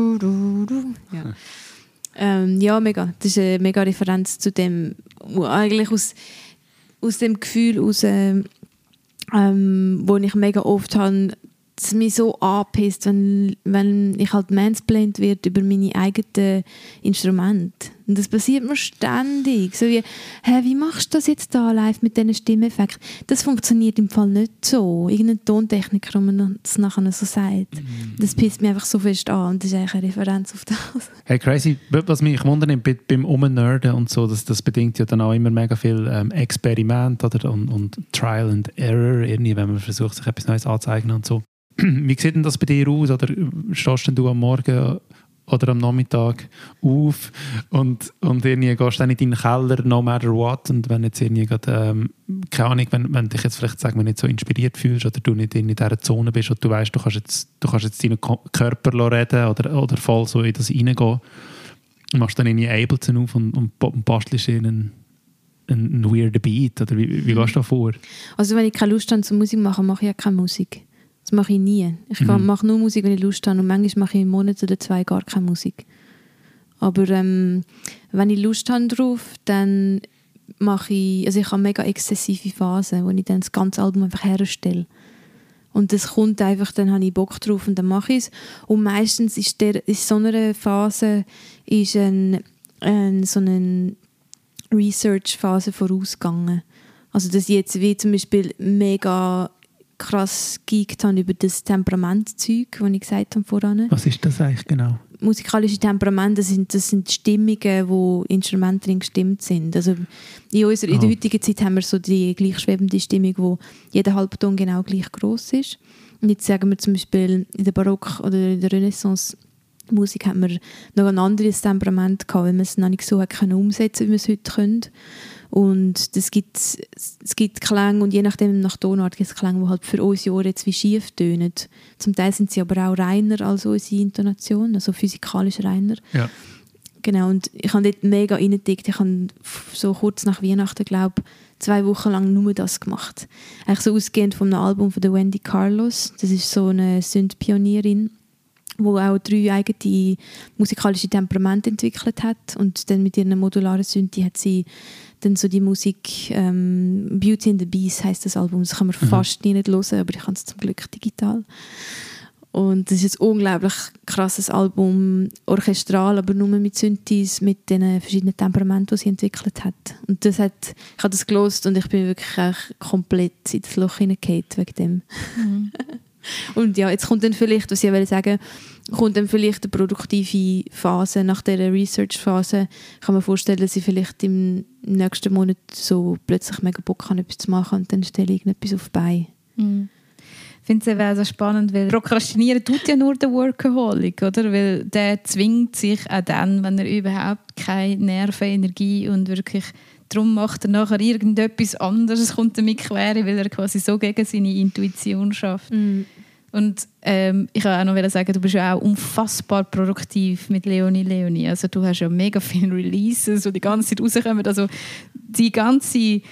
Ja. Ähm, ja, mega. Das ist eine mega Referenz zu dem, wo eigentlich aus, aus dem Gefühl, aus, ähm, ähm, wo ich mega oft habe, dass es mich so anpisst, wenn, wenn ich halt mansplained wird über meine eigenen Instrumente. Und das passiert mir ständig. So wie, hey, wie machst du das jetzt da live mit diesen Stimmeffekten? Das funktioniert im Fall nicht so. Irgendein Tontechniker, der mir das nachher so sagt. Mm. Das pisst mich einfach so fest an. Und das ist eigentlich eine Referenz auf das. Hey, crazy. Was mich wundert bei, beim Umnerden und so, das, das bedingt ja dann auch immer mega viel ähm, Experiment oder, und, und Trial and Error, irgendwie, wenn man versucht, sich etwas Neues anzuzeigen und so. Wie sieht denn das bei dir aus? Oder stehst denn du am Morgen oder am Nachmittag auf und, und irgendwie gehst du dann in deinen Keller, no matter what, und wenn jetzt irgendwie gerade, ähm, keine Ahnung, wenn, wenn dich jetzt vielleicht, sagen wir, nicht so inspiriert fühlst oder du nicht in dieser Zone bist und du weißt, du kannst jetzt, du kannst jetzt deinen Körper reden oder, oder voll so in das reingehen, machst dann irgendwie Ableton auf und, und, und bastelst in einen, einen weirden Beat, oder wie, wie gehst du da vor? Also wenn ich keine Lust habe, zur Musik machen, mache ich ja keine Musik. Das mache ich nie. Ich mhm. mache nur Musik, wenn ich Lust habe. Und manchmal mache ich einen Monat oder zwei gar keine Musik. Aber ähm, wenn ich Lust habe drauf, dann mache ich... Also ich habe mega exzessive Phasen, wo ich dann das ganze Album einfach herstelle. Und das kommt einfach, dann habe ich Bock drauf und dann mache ich es. Und meistens ist, der, ist so eine Phase ist ein, äh, so eine Research-Phase vorausgegangen. Also dass ich jetzt wie zum Beispiel mega krass gegeigt habe über das Temperamentzeug, das ich gesagt habe vorhin. Was ist das eigentlich genau? Musikalische Temperamente, das sind, das sind Stimmungen, wo Instrumente drin gestimmt sind. Also in, unserer, in der heutigen Zeit haben wir so die gleichschwebende Stimmung, wo jeder Halbton genau gleich gross ist. Und jetzt sagen wir zum Beispiel in der Barock- oder in der Renaissance-Musik haben wir noch ein anderes Temperament gehabt, weil man es noch nicht so hat können umsetzen, wie wir es heute können. Und es gibt, es gibt Klänge, und je nachdem nach Tonart gibt es Klänge, die halt für unsere Ohren jetzt wie schief tönen. Zum Teil sind sie aber auch reiner als unsere Intonation, also physikalisch reiner. Ja. Genau, und ich habe dort mega reingedickt. Ich habe so kurz nach Weihnachten, glaube ich, zwei Wochen lang nur das gemacht. Eigentlich so ausgehend von einem Album von der Wendy Carlos. Das ist so eine Synth-Pionierin, die auch drei eigene musikalische Temperamente entwickelt hat. Und dann mit ihren modularen Synthi hat sie dann so die Musik ähm, «Beauty and the Beast» heisst das Album. Das kann man mhm. fast nie nicht hören, aber ich kann es zum Glück digital. Und das ist ein unglaublich krasses Album, orchestral, aber nur mit Synthes, mit den verschiedenen Temperamenten, die sie entwickelt hat. Und das hat, ich habe das gehört und ich bin wirklich komplett in das Loch hineingefallen wegen dem. Mhm. Und ja, jetzt kommt dann vielleicht, was ich will sagen, kommt dann vielleicht eine produktive Phase. Nach dieser Research-Phase kann man vorstellen, dass ich vielleicht im nächsten Monat so plötzlich mega Bock habe, etwas zu machen, und dann stelle ich irgendetwas auf die Beine. Mhm. Ich finde es eben so spannend, weil Prokrastinieren tut ja nur der Workaholic, oder? Weil der zwingt sich auch dann, wenn er überhaupt keine Nerven, Energie und wirklich darum macht er nachher irgendetwas anderes, kommt damit quer, weil er quasi so gegen seine Intuition schafft. Mm. Und ähm, ich kann auch noch sagen, du bist ja auch unfassbar produktiv mit Leonie Leonie. Also du hast ja mega viele Releases, die die ganze Zeit rauskommen. Also die ganze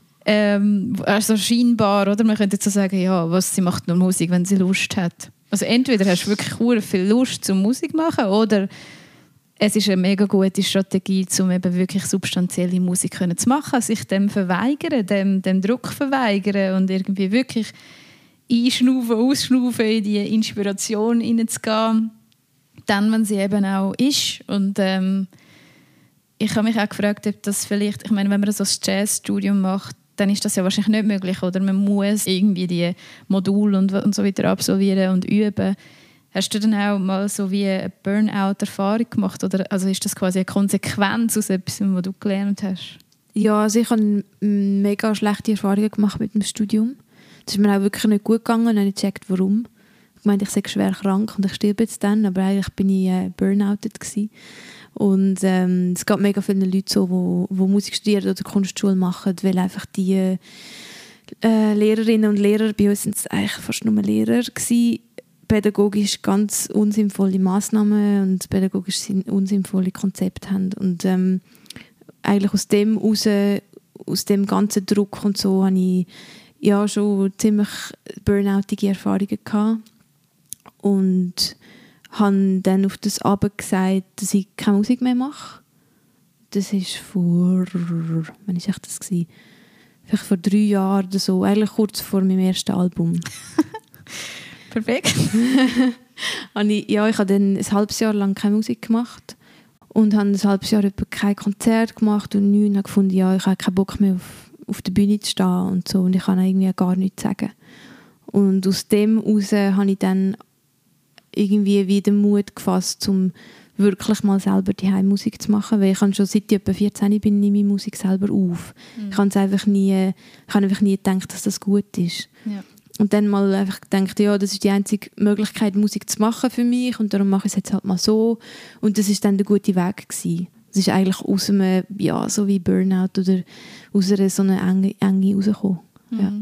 ähm, also scheinbar, oder? Man könnte jetzt so sagen, ja, was sie macht nur Musik, wenn sie Lust hat. Also entweder hast du wirklich viel Lust zum Musik machen, oder es ist eine mega gute Strategie, um eben wirklich substanzielle Musik zu machen, sich dem verweigern, dem, dem Druck verweigern und irgendwie wirklich einschnaufen, ausschnaufen, in die Inspiration hineinzugehen, dann, wenn sie eben auch ist. Und ähm, ich habe mich auch gefragt, ob das vielleicht, ich meine, wenn man so ein Jazzstudium macht, dann ist das ja wahrscheinlich nicht möglich, oder? Man muss irgendwie die Module und, und so weiter absolvieren und üben. Hast du dann auch mal so wie eine Burnout-Erfahrung gemacht? Oder also ist das quasi eine Konsequenz aus etwas, was du gelernt hast? Ja, also ich habe mega schlechte Erfahrungen gemacht mit dem Studium. Das ist mir auch wirklich nicht gut gegangen und habe nicht gecheckt, warum. Ich meinte, ich sei schwer krank und ich sterbe jetzt dann, aber eigentlich bin ich äh, burnoutet gewesen. Und ähm, es gibt mega viele Leute, so, wo, wo Musik studieren oder Kunstschule machen, weil einfach die äh, Lehrerinnen und Lehrer, bei uns sind es eigentlich fast nur Lehrer gewesen, pädagogisch ganz unsinnvolle Massnahmen und pädagogisch unsinnvolle Konzepte haben. Und ähm, eigentlich aus dem raus, aus dem ganzen Druck und so, habe ich ja schon ziemlich burnoutige Erfahrungen gehabt. Und habe dann auf das Abend gesagt, dass ich keine Musik mehr mache. Das ist vor, wann war das? Vielleicht vor drei Jahren oder so, eigentlich kurz vor meinem ersten Album. Perfekt. ich, ja, ich habe dann ein halbes Jahr lang keine Musik gemacht und habe ein halbes Jahr kein Konzert gemacht und nichts, und habe gefunden, ja, ich habe keinen Bock mehr auf, auf der Bühne zu stehen und so, und ich kann irgendwie gar nichts sagen. Und aus dem heraus habe ich dann irgendwie wieder Mut gefasst, um wirklich mal selber die Musik zu machen, weil ich habe schon seit ich etwa vierzehn bin, nehme ich Musik selber auf. Mhm. Ich habe es einfach nie, ich habe einfach nie gedacht, dass das gut ist. Ja. Und dann mal einfach gedacht, ja, das ist die einzige Möglichkeit, Musik zu machen für mich, und darum mache ich es jetzt halt mal so. Und das ist dann der gute Weg gewesen. Das ist eigentlich aus einem, ja, so wie Burnout oder aus einer so einer Enge, Enge rausgekommen. Mhm. Ja.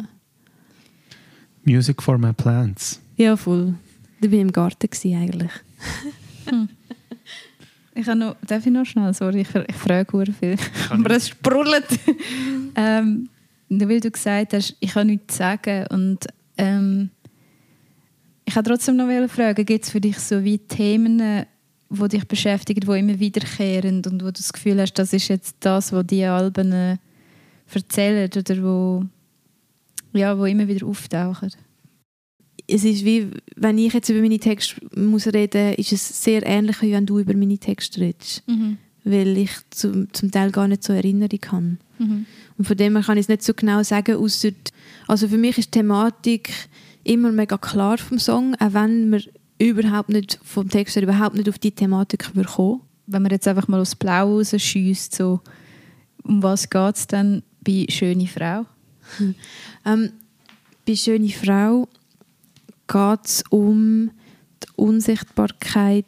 Music for my plants. Ja, voll. Da war ich im Garten gewesen, eigentlich. Hm. Ich habe noch, darf ich noch schnell? Sorry, ich, ich frage sehr viel. Aber es sprudelt. ähm, weil du gesagt hast, ich kann nichts sagen. Und ähm, ich wollte trotzdem noch fragen, gibt es für dich so wie Themen, die dich beschäftigen, die immer wiederkehren und wo du das Gefühl hast, das ist jetzt das, was die Alben äh, erzählen oder wo, ja, wo immer wieder auftauchen? Es ist wie, wenn ich jetzt über meine Texte muss reden, ist es sehr ähnlich, wie wenn du über meine Texte redest. Mhm. weil ich zum, zum Teil gar nicht so Erinnerung habe. Mhm. Und von dem her kann ich es nicht so genau sagen, ausser, also für mich ist die Thematik immer mega klar vom Song, auch wenn man überhaupt nicht, vom Text her überhaupt nicht auf die Thematik kommen. Wenn man jetzt einfach mal aufs Blau rausschiesst, so, um was geht es dann bei «Schöne Frau»? Hm. Ähm, bei «Schöne Frau» geht es um die Unsichtbarkeit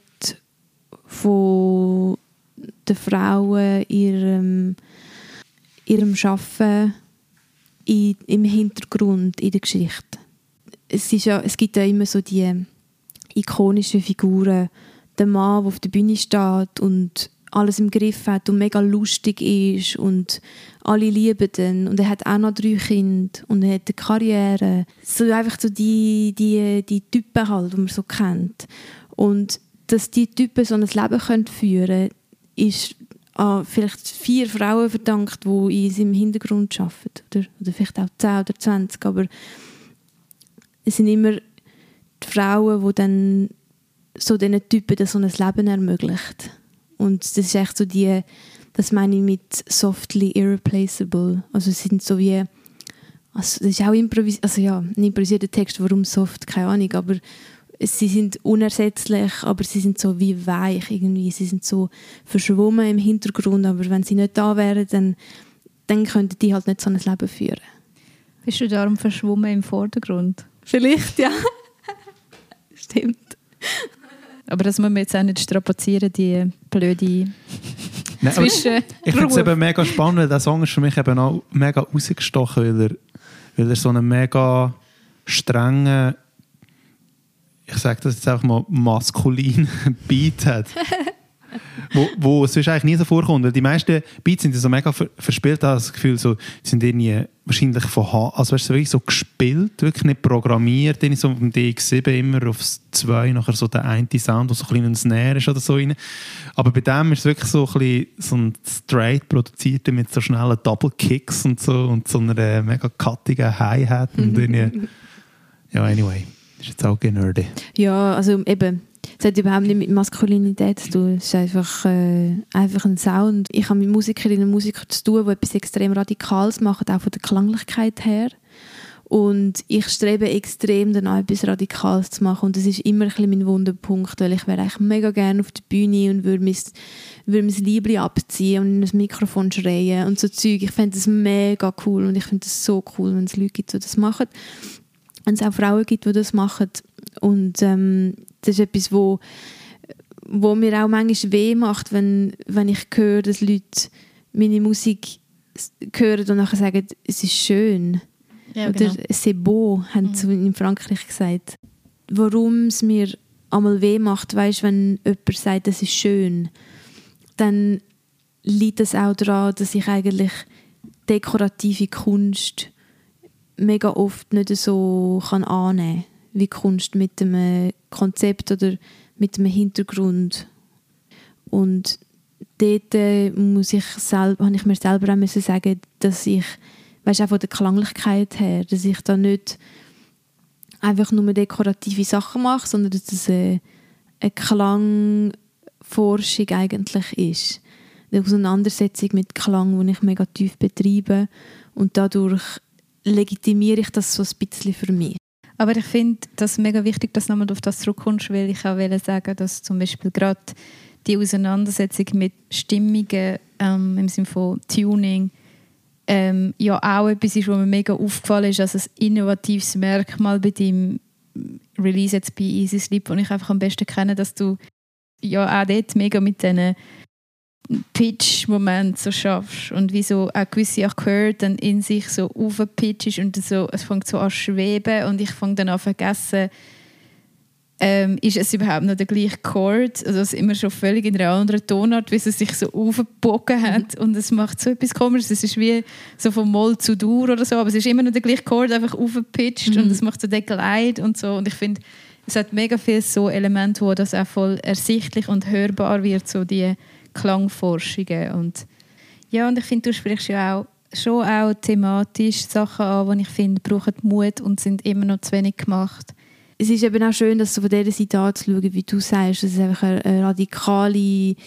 von den Frauen, ihrem, ihrem Arbeiten in, im Hintergrund in der Geschichte. Es, ist ja, es gibt ja immer so die ikonischen Figuren, der Mann, der auf der Bühne steht und alles im Griff hat und mega lustig ist und alle lieben ihn und er hat auch noch drei Kinder und er hat eine Karriere. So einfach so die, die, die Typen halt, die man so kennt. Und dass die Typen so ein Leben können führen können, ist an vielleicht vier Frauen verdankt, die in seinem Hintergrund arbeiten. Oder, oder vielleicht auch zehn oder zwanzig. Aber es sind immer die Frauen, die dann so diesen Typen so ein Leben ermöglicht. Und das ist echt so die, das meine ich mit softly irreplaceable. Also es sind so wie, also das ist auch improvisiert, also ja, ein improvisierter Text, warum soft, keine Ahnung, aber sie sind unersetzlich, aber sie sind so wie weich irgendwie, sie sind so verschwommen im Hintergrund, aber wenn sie nicht da wären, dann, dann könnten die halt nicht so ein Leben führen. Bist du darum verschwommen im Vordergrund? Vielleicht, ja. Stimmt. Aber das muss man jetzt auch nicht strapazieren, die blöde Nein, Zwischen. Ich finde es eben mega spannend, weil der Song ist für mich eben auch mega rausgestochen, weil er, weil er so einen mega strengen, ich sage das jetzt einfach mal, maskulinen Beat hat. wo, wo es sonst eigentlich nie so vorkommt. Weil die meisten Beats sind so mega ver- verspielt. Ich habe das Gefühl, so, die sind irgendwie wahrscheinlich von Hand, also weißt du, wirklich so gespielt, wirklich nicht programmiert. Dann so vom D X sieben immer aufs zwei, nachher so der eine Sound, der so ein bisschen ein Snare ist oder so rein. Aber bei dem ist es wirklich so ein bisschen so ein straight produziert mit so schnellen Double Kicks und so und so einer mega cuttigen Hi-Hat. Und dann, ja, anyway. Das ist jetzt auch nerdy. Ja, also eben, es hat überhaupt nicht mit Maskulinität zu tun. Es ist einfach, äh, einfach ein Sound. Ich habe mit Musikerinnen und Musikern zu tun, die etwas extrem Radikales machen, auch von der Klanglichkeit her. Und ich strebe extrem danach, etwas Radikales zu machen. Und das ist immer ein bisschen mein Wunderpunkt, weil ich wäre eigentlich mega gerne auf der Bühne und würde mein, würde mein Liebli abziehen und in das Mikrofon schreien und so Zeug. Ich finde das mega cool und ich finde das so cool, wenn es Leute gibt, die das machen. Wenn es auch Frauen gibt, die das machen. Und ähm, das ist etwas, wo, wo mir auch manchmal weh macht, wenn, wenn ich höre, dass Leute meine Musik hören und nachher sagen, es ist schön. Ja, oder genau. «C'est beau», haben sie mhm. in Frankreich gesagt. Warum es mir einmal weh macht, weißt, wenn jemand sagt, es ist schön, dann liegt es auch daran, dass ich eigentlich dekorative Kunst mega oft nicht so kann annehmen kann, wie Kunst mit einem Konzept oder mit einem Hintergrund. Und dort äh, muss ich selber, habe ich mir selber auch müssen sagen, dass ich, weißt, auch von der Klanglichkeit her, dass ich da nicht einfach nur dekorative Sachen mache, sondern dass es eine, eine Klangforschung eigentlich ist. Eine Auseinandersetzung mit Klang, die ich mega tief betreibe und dadurch legitimiere ich das so ein bisschen für mich. Aber ich finde das mega wichtig, dass du nochmal auf das zurückkommst, weil ich auch sagen, dass zum Beispiel gerade die Auseinandersetzung mit Stimmungen ähm, im Sinne von Tuning ähm, ja auch etwas ist, was mir mega aufgefallen ist, als ein innovatives Merkmal bei deinem Release jetzt bei Easy Sleep, das ich einfach am besten kenne, dass du ja auch dort mega mit diesen Pitch-Moment so schaffst und wie so auch gewisse Akkorde dann in sich so aufpitchst und so, es fängt so an zu schweben und ich fange dann an zu vergessen, ähm, ist es überhaupt noch der gleiche Chord, also es ist immer schon völlig in einer anderen Tonart, wie es sich so aufgebogen hat und es macht so etwas Komisches, es ist wie so von Moll zu Dur oder so, aber es ist immer noch der gleiche Chord, einfach aufgepitcht mhm. und es macht so den Glide und so und ich finde, es hat mega viele so Elemente, wo das auch voll ersichtlich und hörbar wird, so die Klangforschungen und ja, und ich finde, du sprichst ja auch schon auch thematisch Sachen an, die ich finde, brauchen Mut und sind immer noch zu wenig gemacht. Es ist eben auch schön, dass so von dieser Seite anzuschauen, wie du sagst, dass es einfach eine radikale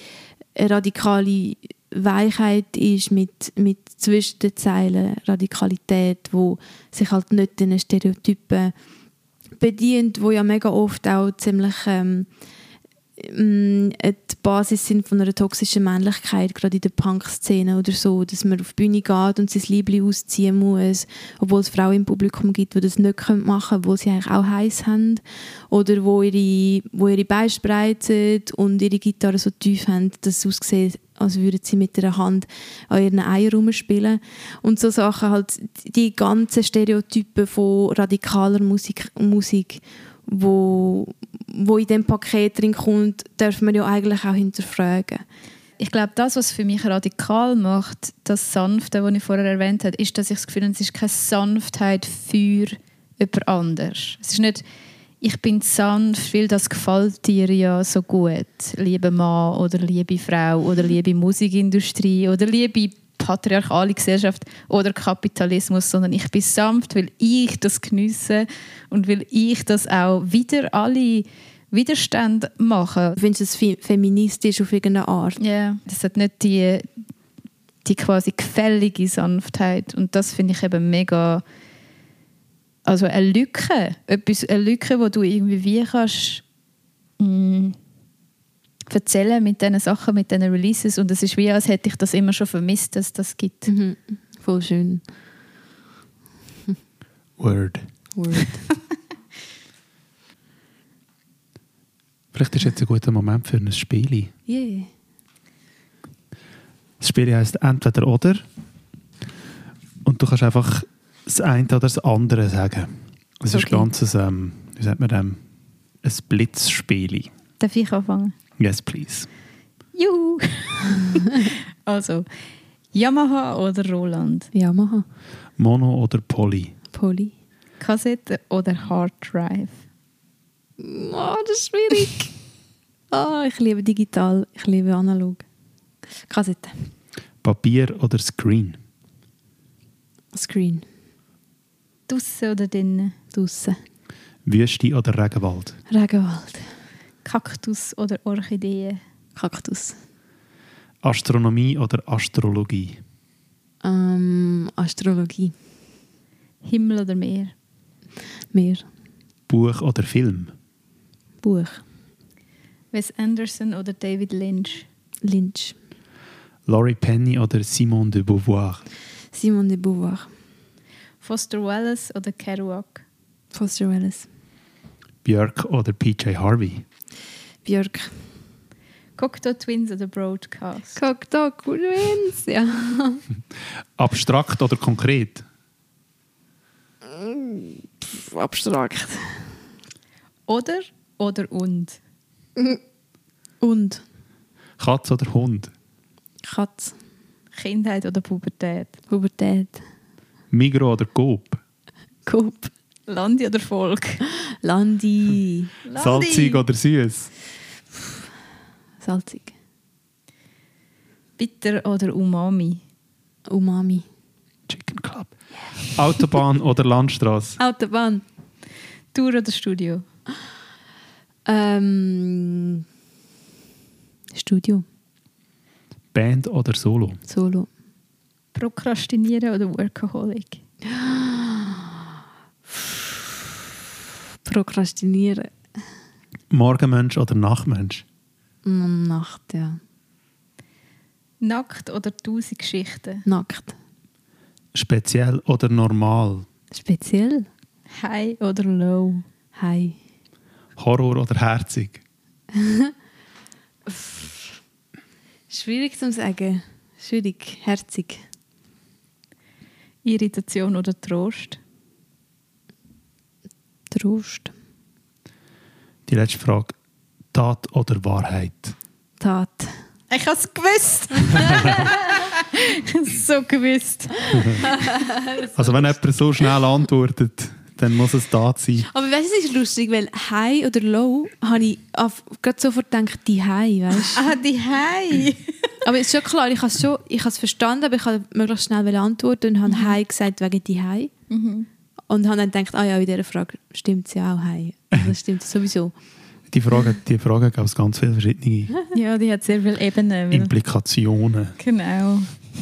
eine radikale Weichheit ist mit, mit zwischen den Zeilen, Radikalität, wo sich halt nicht den Stereotypen bedient, wo ja mega oft auch ziemlich ähm, die Basis sind von einer toxischen Männlichkeit, gerade in der Punk-Szene oder so, dass man auf die Bühne geht und sein Liebling ausziehen muss, obwohl es Frauen im Publikum gibt, die das nicht machen können, obwohl sie eigentlich auch heiß haben oder wo ihre, wo ihre Beine breit sind und ihre Gitarre so tief haben, dass es aussieht, als würden sie mit einer Hand an ihren Eiern rumspielen. Und so Sachen, halt die ganzen Stereotypen von radikaler Musik, Musik wo, wo in diesem Paket drin kommt, darf man ja eigentlich auch hinterfragen. Ich glaube, das, was für mich radikal macht, das Sanfte, was ich vorher erwähnt habe, ist, dass ich das Gefühl habe, es ist keine Sanftheit für jemand anderes. Es ist nicht, ich bin sanft, weil das gefällt dir ja so gut, liebe Mann oder liebe Frau oder liebe Musikindustrie oder liebe patriarchale Gesellschaft oder Kapitalismus, sondern ich bin sanft, weil ich das geniesse und weil ich das auch wieder alle Widerstände mache. Findest du es feministisch auf irgendeine Art? Ja, yeah. Das hat nicht die, die quasi gefällige Sanftheit und das finde ich eben mega, also eine Lücke, etwas, eine Lücke, wo du irgendwie wie kannst mh, erzählen mit diesen Sachen, mit diesen Releases und es ist wie, als hätte ich das immer schon vermisst, dass es das gibt. Mhm. Voll schön. Word. Word. Vielleicht ist jetzt ein guter Moment für ein Spiel. Yeah. Das Spiel heisst entweder oder und du kannst einfach das eine oder das andere sagen. Es okay. ist ganz ein, ähm, wie sagt man dem, ein Blitzspiel. Darf ich anfangen? Yes, please. Juhu! Also, Yamaha oder Roland? Yamaha. Mono oder Poly? Poly. Kassette oder Hard Drive? Oh, das ist schwierig. Oh, ich liebe digital, ich liebe analog. Kassette. Papier oder Screen? Screen. Draussen oder drinnen? Draussen. Wüste oder Regenwald? Regenwald. Kaktus oder Orchidee? Kaktus. Astronomie oder Astrologie? Ähm, Astrologie. Himmel oder Meer? Meer. Buch oder Film? Buch. Wes Anderson oder David Lynch? Lynch. Laurie Penny oder Simone de Beauvoir? Simone de Beauvoir. Foster Wallace oder Kerouac? Foster Wallace. Björk oder P J Harvey? Björk. Cocteau Twins oder Broadcast? Cocteau Twins, ja. Abstrakt oder konkret? Pff, abstrakt. Oder oder und? Und? Katz oder Hund? Katz. Kindheit oder Pubertät? Pubertät. Migros oder Coop? Coop. Landi oder Volk? Landi. Landi. Salzig oder süß? Salzig. Bitter oder Umami? Umami. Chicken Club. Autobahn oder Landstraße? Autobahn. Tour oder Studio? Ähm, Studio. Band oder Solo? Solo. Prokrastinieren oder Workaholic? Prokrastinieren. Morgenmensch oder Nachtmensch? Nacht, ja. Nackt oder tausend Geschichten? Nackt. Speziell oder normal? Speziell. High oder low? Hi. Horror oder herzig? Schwierig zu sagen. Schwierig. Herzig. Irritation oder Trost? Trost. Die letzte Frage. Tat oder Wahrheit? Tat. Ich habe es gewusst! So gewusst. Also wenn jemand so schnell antwortet, dann muss es Tat sein. Aber weißt du, es ist lustig, weil High oder Low habe ich gerade sofort gedacht, die High, weißt du? Ah, die High! Aber es ist schon klar, ich habe es, schon, ich habe es verstanden, aber ich habe möglichst schnell antworten und habe Mhm. High gesagt wegen die High. Mhm. Und habe dann gedacht, ah ja, in dieser Frage stimmt es ja auch High. Also das stimmt sowieso. Die Frage, die Frage gab es ganz viele verschiedene Ja, die hat sehr viele Ebenen. weil- Implikationen. Genau.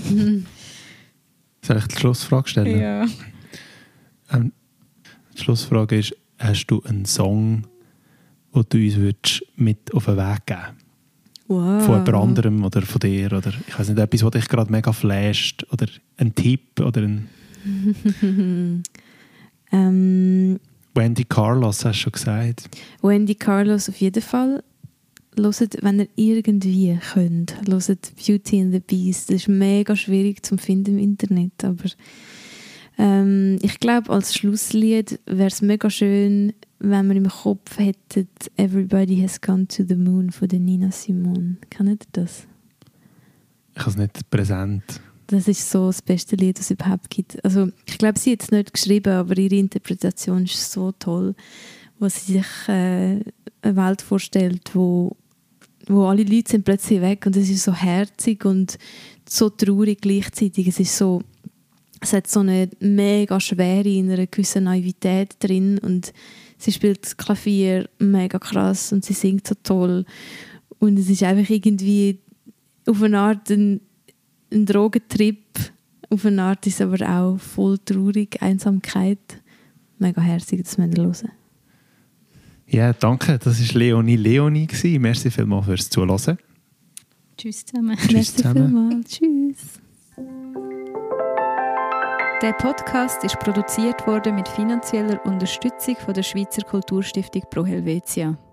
Soll ich die Schlussfrage stellen? Ja. Ähm, die Schlussfrage ist, hast du einen Song, den du uns würdest mit auf den Weg geben Wow. Von jemand anderem oder von dir? Oder ich weiß nicht, etwas, was dich gerade mega flasht? Oder ein Tipp? Oder ein ähm, Wendy Carlos, hast du schon gesagt. Wendy Carlos auf jeden Fall. Hört, wenn ihr irgendwie könnt, hört Beauty and the Beast. Das ist mega schwierig zu finden im Internet, aber ähm, ich glaube, als Schlusslied wäre es mega schön, wenn wir im Kopf hätten «Everybody has gone to the moon» von der Nina Simone. Kennt ihr das? Ich habe es nicht präsent. Das ist so das beste Lied, das es überhaupt gibt. Also, ich glaube, sie hat es nicht geschrieben, aber ihre Interpretation ist so toll, wo sie sich äh, eine Welt vorstellt, wo, wo alle Leute sind plötzlich weg und es ist so herzig und so traurig gleichzeitig. Es ist so, es hat so eine mega Schwere in einer gewissen Naivität drin und sie spielt das Klavier mega krass und sie singt so toll und es ist einfach irgendwie auf eine Art ein, ein Drogentrip, auf eine Art ist es aber auch voll traurig, Einsamkeit, mega herzig, das müsst ihr hören. Ja, danke. Das war Leonie Leonie. Merci vielmals fürs Zuhören. Tschüss zusammen. Tschüss Merci zusammen. vielmals. Tschüss. Der Podcast ist produziert worden mit finanzieller Unterstützung von der Schweizer Kulturstiftung Pro Helvetia.